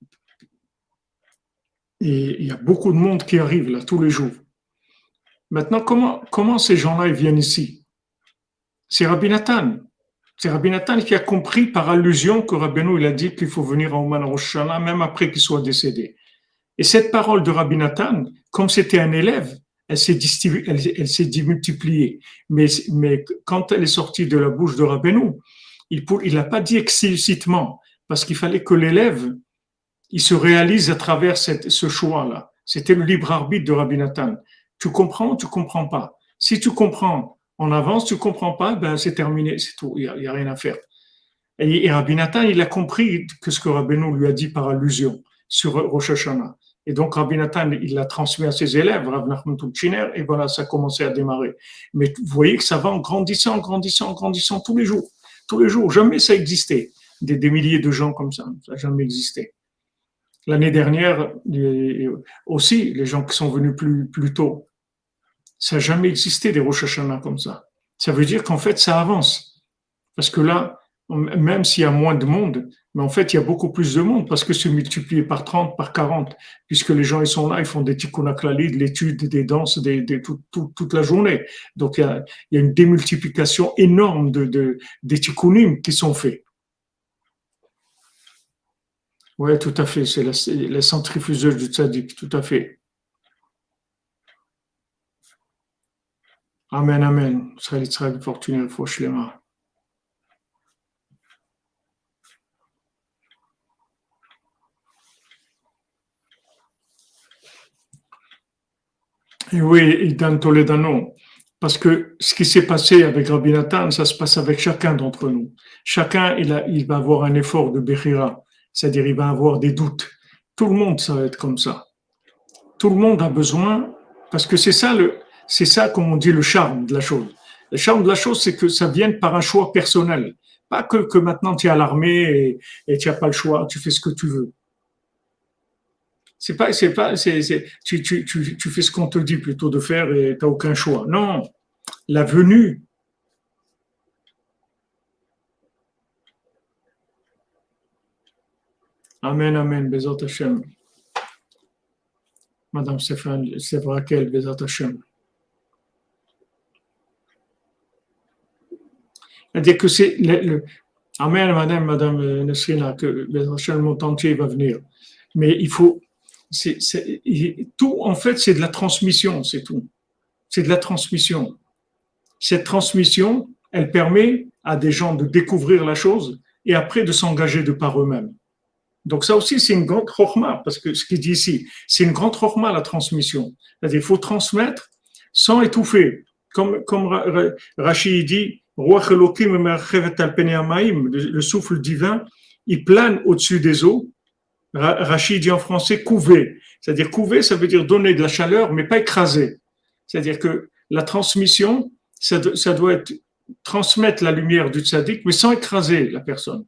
Et il y a beaucoup de monde qui arrive là tous les jours. Maintenant, comment, comment ces gens-là ils viennent ici? C'est Rabbi Nathan. C'est Rabbi Nathan qui a compris par allusion que Rabbeinu il a dit qu'il faut venir à Ouman Rosh Hashanah même après qu'il soit décédé. Et cette parole de Rabbi Nathan, comme c'était un élève, elle s'est, elle, elle s'est démultipliée. Mais, mais quand elle est sortie de la bouche de Rabbeinu, il n'a pas dit explicitement, parce qu'il fallait que l'élève il se réalise à travers cette, ce choix-là. C'était le libre arbitre de Rabbi Nathan. Tu comprends ou tu comprends pas? Si tu comprends, on avance, tu comprends pas, ben c'est terminé, c'est tout, il y a, il y a rien à faire. Et, et Rabbi Nathan, il a compris que ce que Rabbeinu lui a dit par allusion sur Rosh Hashanah. Et donc Rabbi Nathan, il l'a transmis à ses élèves, Rav Nachman Tuchiner, et voilà, ça a commencé à démarrer. Mais vous voyez que ça va en grandissant, en grandissant, en grandissant tous les jours. Tous les jours, jamais ça existait. Des, des milliers de gens comme ça, ça n'a jamais existé. L'année dernière, aussi, les gens qui sont venus plus, plus tôt, ça n'a jamais existé des Rosh Hashanah comme ça. Ça veut dire qu'en fait, ça avance. Parce que là, même s'il y a moins de monde, mais en fait, il y a beaucoup plus de monde parce que c'est multiplié par trente, par quarante, puisque les gens, ils sont là, ils font des tikkun haklalid, de l'étude, des danses, des, des, tout, tout, toute la journée. Donc, il y a, il y a une démultiplication énorme de, de, des tikkunim qui sont faits. Oui, tout à fait. C'est la, la centrifugeuse du tzaddik, tout à fait. Amen, amen. Israël, Israël, fortuné, Foshlema. Et oui, et dans Toledano, parce que ce qui s'est passé avec Rabbi Nathan, ça se passe avec chacun d'entre nous. Chacun, il, a, il va avoir un effort de Bechira. C'est-à-dire, il va avoir des doutes. Tout le monde, ça va être comme ça. Tout le monde a besoin, parce que c'est ça, le, c'est ça, comme on dit, le charme de la chose. Le charme de la chose, c'est que ça vienne par un choix personnel. Pas que, que maintenant tu es à l'armée et, et tu n'as pas le choix, tu fais ce que tu veux. C'est pas, c'est pas, c'est, c'est, tu, tu, tu, tu fais ce qu'on te dit plutôt de faire et tu n'as aucun choix. Non, la venue, Amen, Amen, Bezat Hashem. Madame Stéphane, c'est Raquel, Bezat Hashem. C'est-à-dire que c'est le, le, Amen, Madame, Madame Nesrina, que Bezat Hashem, le monde entier va venir. Mais il faut, c'est, c'est, tout, en fait, c'est de la transmission, c'est tout. C'est de la transmission. Cette transmission, elle permet à des gens de découvrir la chose et après de s'engager de par eux-mêmes. Donc ça aussi, c'est une grande chorma, parce que ce qu'il dit ici, c'est une grande chorma, la transmission. C'est-à-dire qu'il faut transmettre sans étouffer. Comme, comme Rashi dit, le souffle divin, il plane au-dessus des eaux. Rashi dit en français couver. C'est-à-dire couver, ça veut dire donner de la chaleur, mais pas écraser. C'est-à-dire que la transmission, ça, ça doit être transmettre la lumière du tzaddik, mais sans écraser la personne.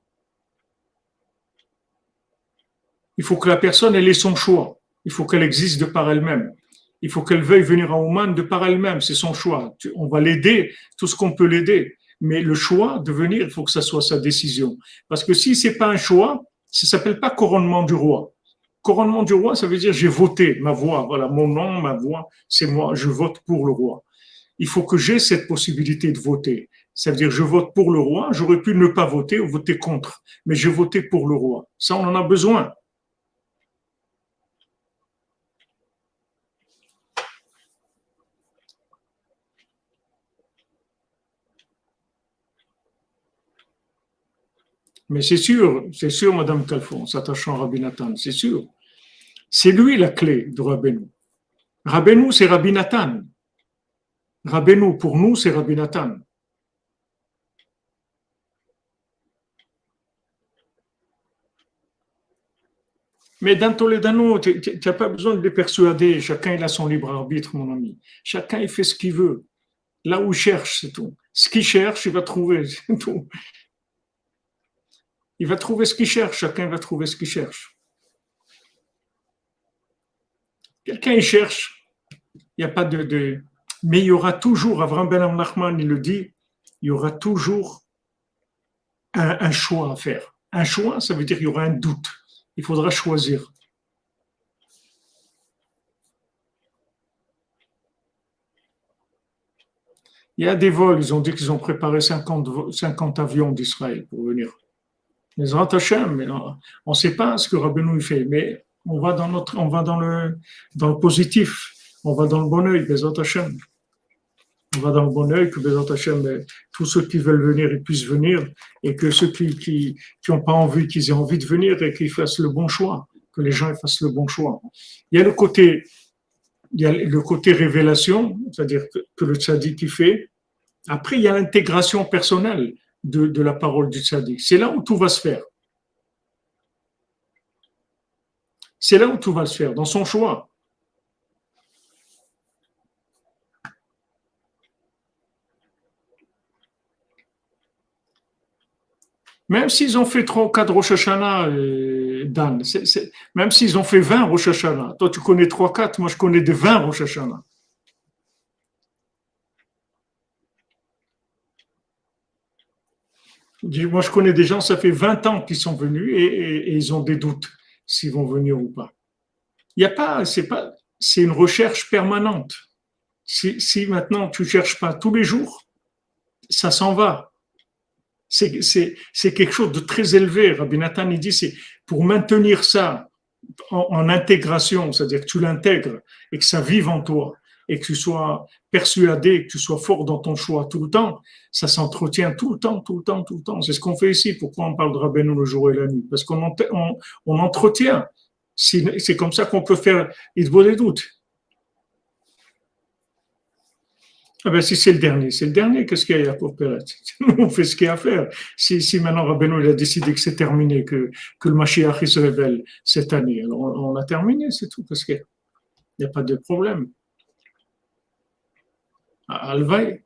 Il faut que la personne elle ait son choix. Il faut qu'elle existe de par elle-même. Il faut qu'elle veuille venir à Ouman de par elle-même. C'est son choix. On va l'aider, tout ce qu'on peut l'aider. Mais le choix de venir, il faut que ça soit sa décision. Parce que si c'est pas un choix, ça s'appelle pas couronnement du roi. Couronnement du roi, ça veut dire j'ai voté ma voix. Voilà, mon nom, ma voix, c'est moi. Je vote pour le roi. Il faut que j'ai cette possibilité de voter. Ça veut dire je vote pour le roi. J'aurais pu ne pas voter ou voter contre. Mais j'ai voté pour le roi. Ça, on en a besoin. Mais c'est sûr, c'est sûr, Madame Calfon, s'attachant à Rabbi Nathan, c'est sûr. C'est lui la clé de Rabbeinu. Rabbeinu, c'est Rabbi Nathan. Rabbeinu, pour nous, c'est Rabbi Nathan. Mais dans Toledano, tu n'as pas besoin de les persuader. Chacun il a son libre arbitre, mon ami. Chacun il fait ce qu'il veut. Là où il cherche, c'est tout. Ce qu'il cherche, il va trouver, c'est tout. Il va trouver ce qu'il cherche. Chacun va trouver ce qu'il cherche. Quelqu'un il cherche. Il n'y a pas de, de... Mais il y aura toujours, Avraham Ben Nachman, il le dit, il y aura toujours un, un choix à faire. Un choix, ça veut dire qu'il y aura un doute. Il faudra choisir. Il y a des vols, ils ont dit qu'ils ont préparé cinquante, cinquante avions d'Israël pour venir. Les Hashem, on ne sait pas ce que Rabbeinu fait, mais on va dans notre, on va dans le, dans le positif, on va dans le bon œil, Bezat Hashem. On va dans le bon œil, que Bezat Hashem, tous ceux qui veulent venir, ils puissent venir, et que ceux qui, qui, qui n'ont pas envie, qu'ils aient envie de venir, et qu'ils fassent le bon choix, que les gens fassent le bon choix. Il y a le côté, il y a le côté révélation, c'est-à-dire que, que le tzaddik qui fait. Après, il y a l'intégration personnelle de, de la parole du tzaddik. C'est là où tout va se faire. C'est là où tout va se faire, dans son choix. Même s'ils ont fait trois ou quatre Rosh Hashanah, euh, Dan, c'est, c'est, même s'ils ont fait vingt Rosh Hashanah, toi tu connais trois quatre, moi je connais des vingt Rosh Hashanah. Moi je connais des gens, ça fait vingt ans qu'ils sont venus et, et, et ils ont des doutes s'ils vont venir ou pas. Il y a pas, c'est pas, c'est une recherche permanente. Si, si maintenant tu cherches pas tous les jours, ça s'en va. C'est, c'est, c'est quelque chose de très élevé. Rabbi Nathan, il dit, c'est pour maintenir ça en, en intégration, c'est-à-dire que tu l'intègres et que ça vive en toi et que tu sois persuadé, que tu sois fort dans ton choix tout le temps, ça s'entretient tout le temps, tout le temps, tout le temps. C'est ce qu'on fait ici. Pourquoi on parle de Rabbeinu le jour et la nuit? Parce qu'on on, on entretient. C'est, c'est comme ça qu'on peut faire, il vaut des doutes. Ah ben, si c'est le dernier, c'est le dernier, qu'est-ce qu'il y a pour Pérez? On fait ce qu'il y a à faire. Si, si maintenant Rabbeinu il a décidé que c'est terminé, que, que le Mashiach il se révèle cette année, alors on, on a terminé, c'est tout, parce qu'il n'y a pas de problème. Alvaï.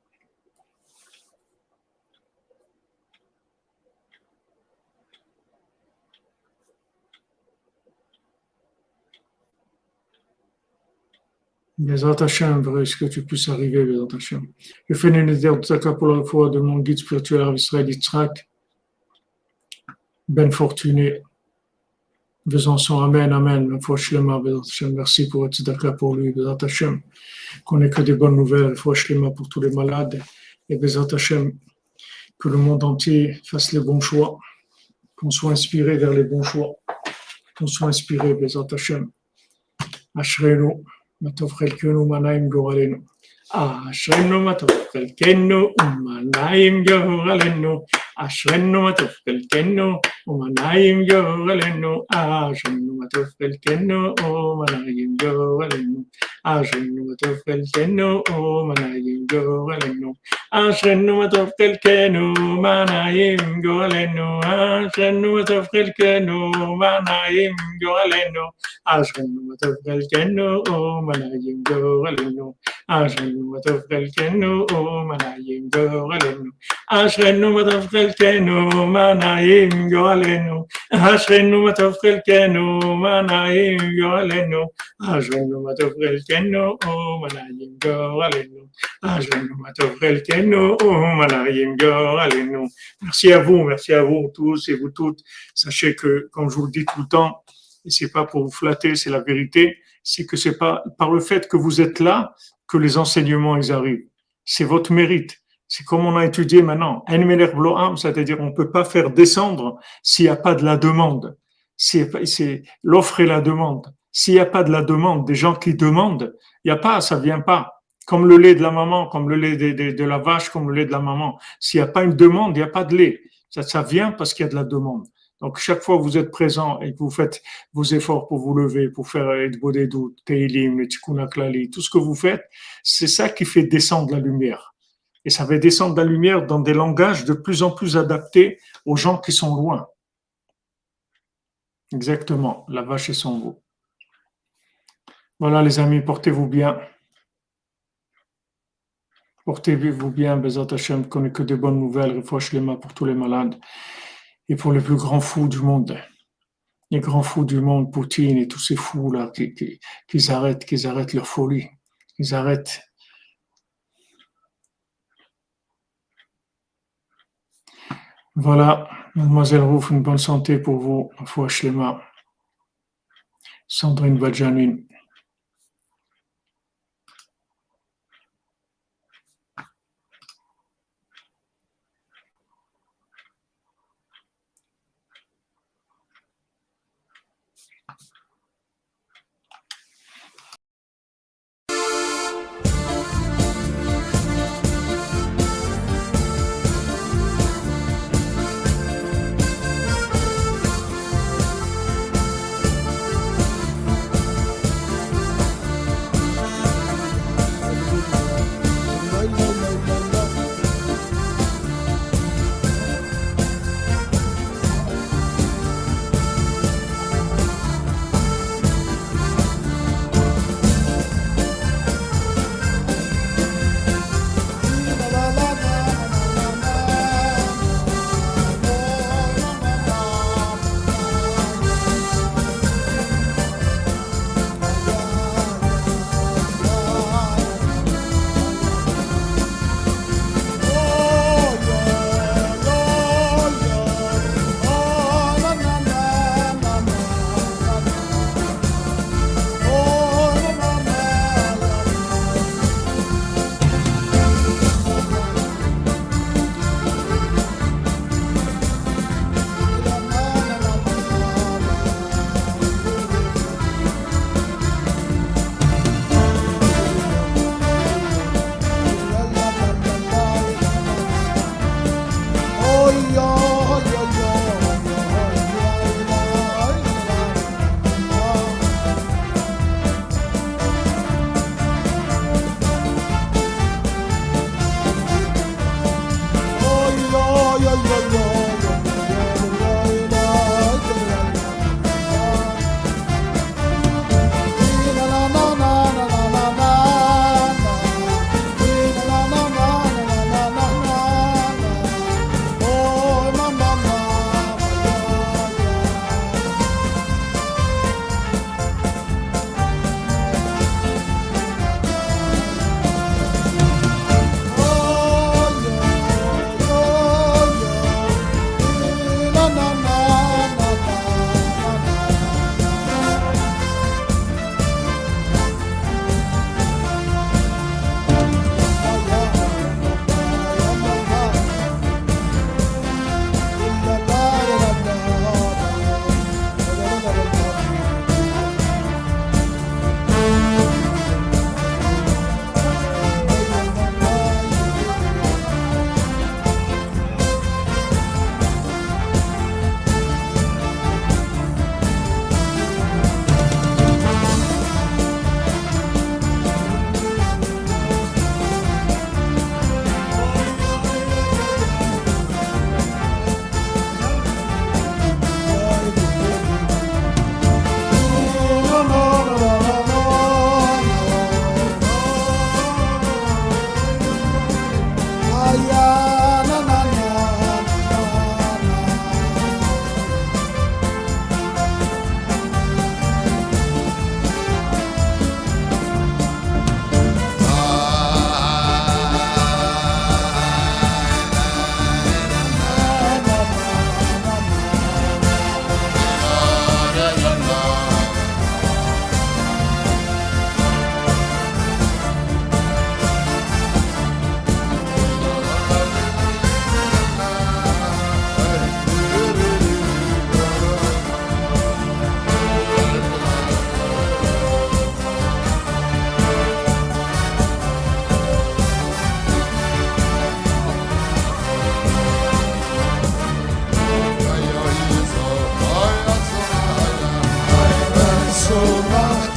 Bezat Hashem, vrai, est-ce que tu puisses arriver, Bezat Hashem. Je fais une idée de pour la foi de mon guide spirituel Rav Israël Yitzhak, Ben Fortuné. Besançon, Amen, Amen. Merci pour votre tzedaka pour lui, Bezat Hashem. Qu'on n'ait que des bonnes nouvelles, pour tous les malades. Et Bezat Hashem, que le monde entier fasse les bons choix, qu'on soit inspiré vers les bons choix, qu'on soit inspiré, Bezat Hashem. Ashrenu, Matov Chelkenu, Manaim Goralenu. Ashrenu, Matov Chelkenu, Manaim Goralenu. Ashrenu matov chelkenu umanayim yoralenu. Ashrenu matov chelkenu umanayim yoralenu. Ashrenu matov chelkenu umanayim yoralenu. Ashrenu matov chelkenu umanayim yoralenu. Ashrenu matov chelkenu umanayim yoralenu. Ashrenu matov chelkenu umanayim yoralenu. Ashrenu matov chelkenu umanayim yoralenu. Ashrenu matov chelkenu manayim yoalenu. Ashrenu matov chelkenu manayim yoalenu. Ashrenu matov chelkenu manayim yoalenu. Ashrenu matov chelkenu manayim yoalenu. Merci à vous, merci à vous tous et vous toutes. Sachez que, comme je vous le dis tout le temps, et c'est pas pour vous flatter, c'est la vérité, c'est que c'est pas par le fait que vous êtes là que les enseignements ils arrivent. C'est votre mérite. C'est comme on a étudié maintenant, c'est-à-dire on ne peut pas faire descendre s'il n'y a pas de la demande. C'est, c'est l'offre et la demande. S'il n'y a pas de la demande, des gens qui demandent, il n'y a pas, ça vient pas. Comme le lait de la maman, comme le lait de, de, de la vache, comme le lait de la maman. S'il n'y a pas une demande, il n'y a pas de lait. Ça, ça vient parce qu'il y a de la demande. Donc, chaque fois que vous êtes présent et que vous faites vos efforts pour vous lever, pour faire Edbo des doutes, Teilim, Tikkun Klali, tout ce que vous faites, c'est ça qui fait descendre la lumière. Et ça va descendre la lumière dans des langages de plus en plus adaptés aux gens qui sont loin. Exactement, la vache et son veau. Voilà les amis, portez-vous bien. Portez-vous bien, Bezat Hashem, qu'on n'ait que des bonnes nouvelles, refouach les mains pour tous les malades et pour les plus grands fous du monde. Les grands fous du monde, Poutine et tous ces fous-là, qui, qui, qu'ils arrêtent, qu'ils arrêtent leur folie, qu'ils arrêtent. Voilà, Mademoiselle Rouf, une bonne santé pour vous, refouach les mains. Sandrine Badjanine.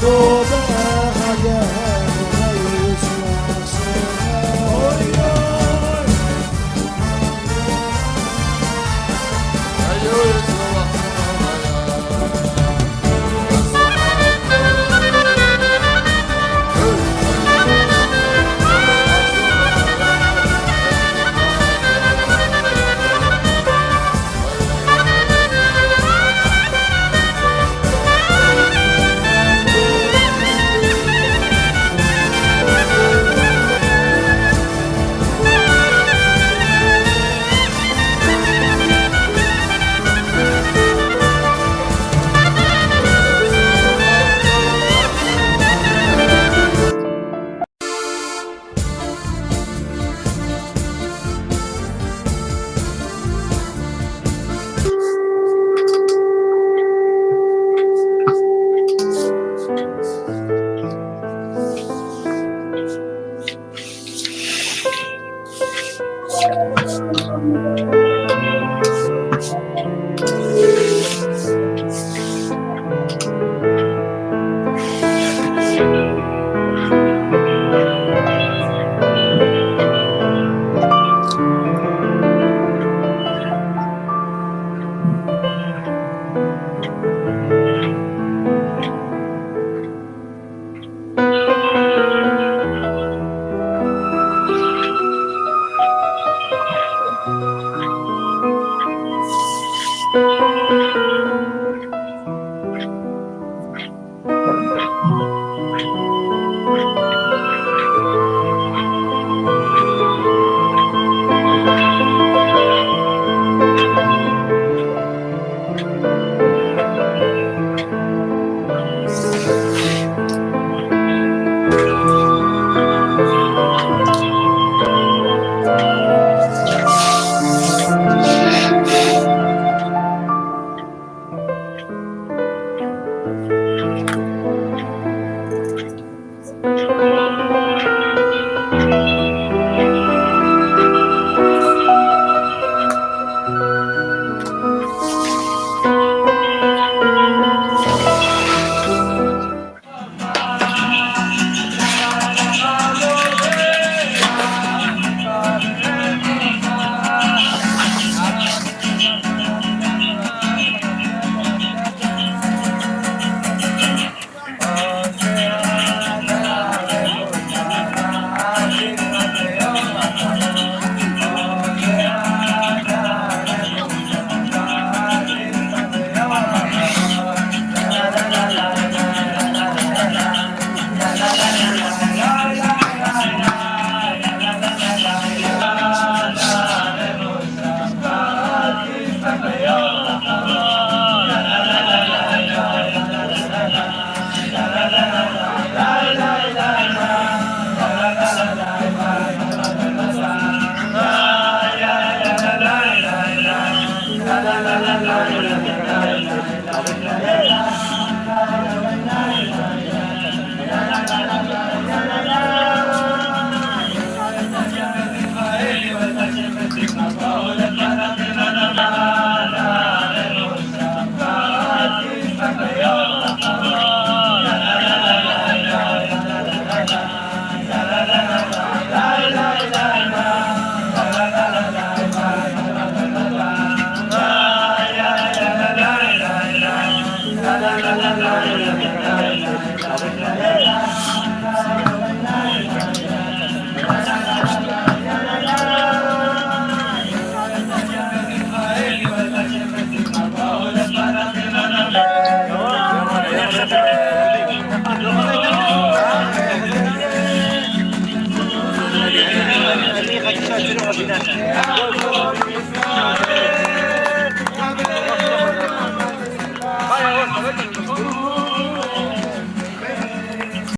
Vaya, bueno,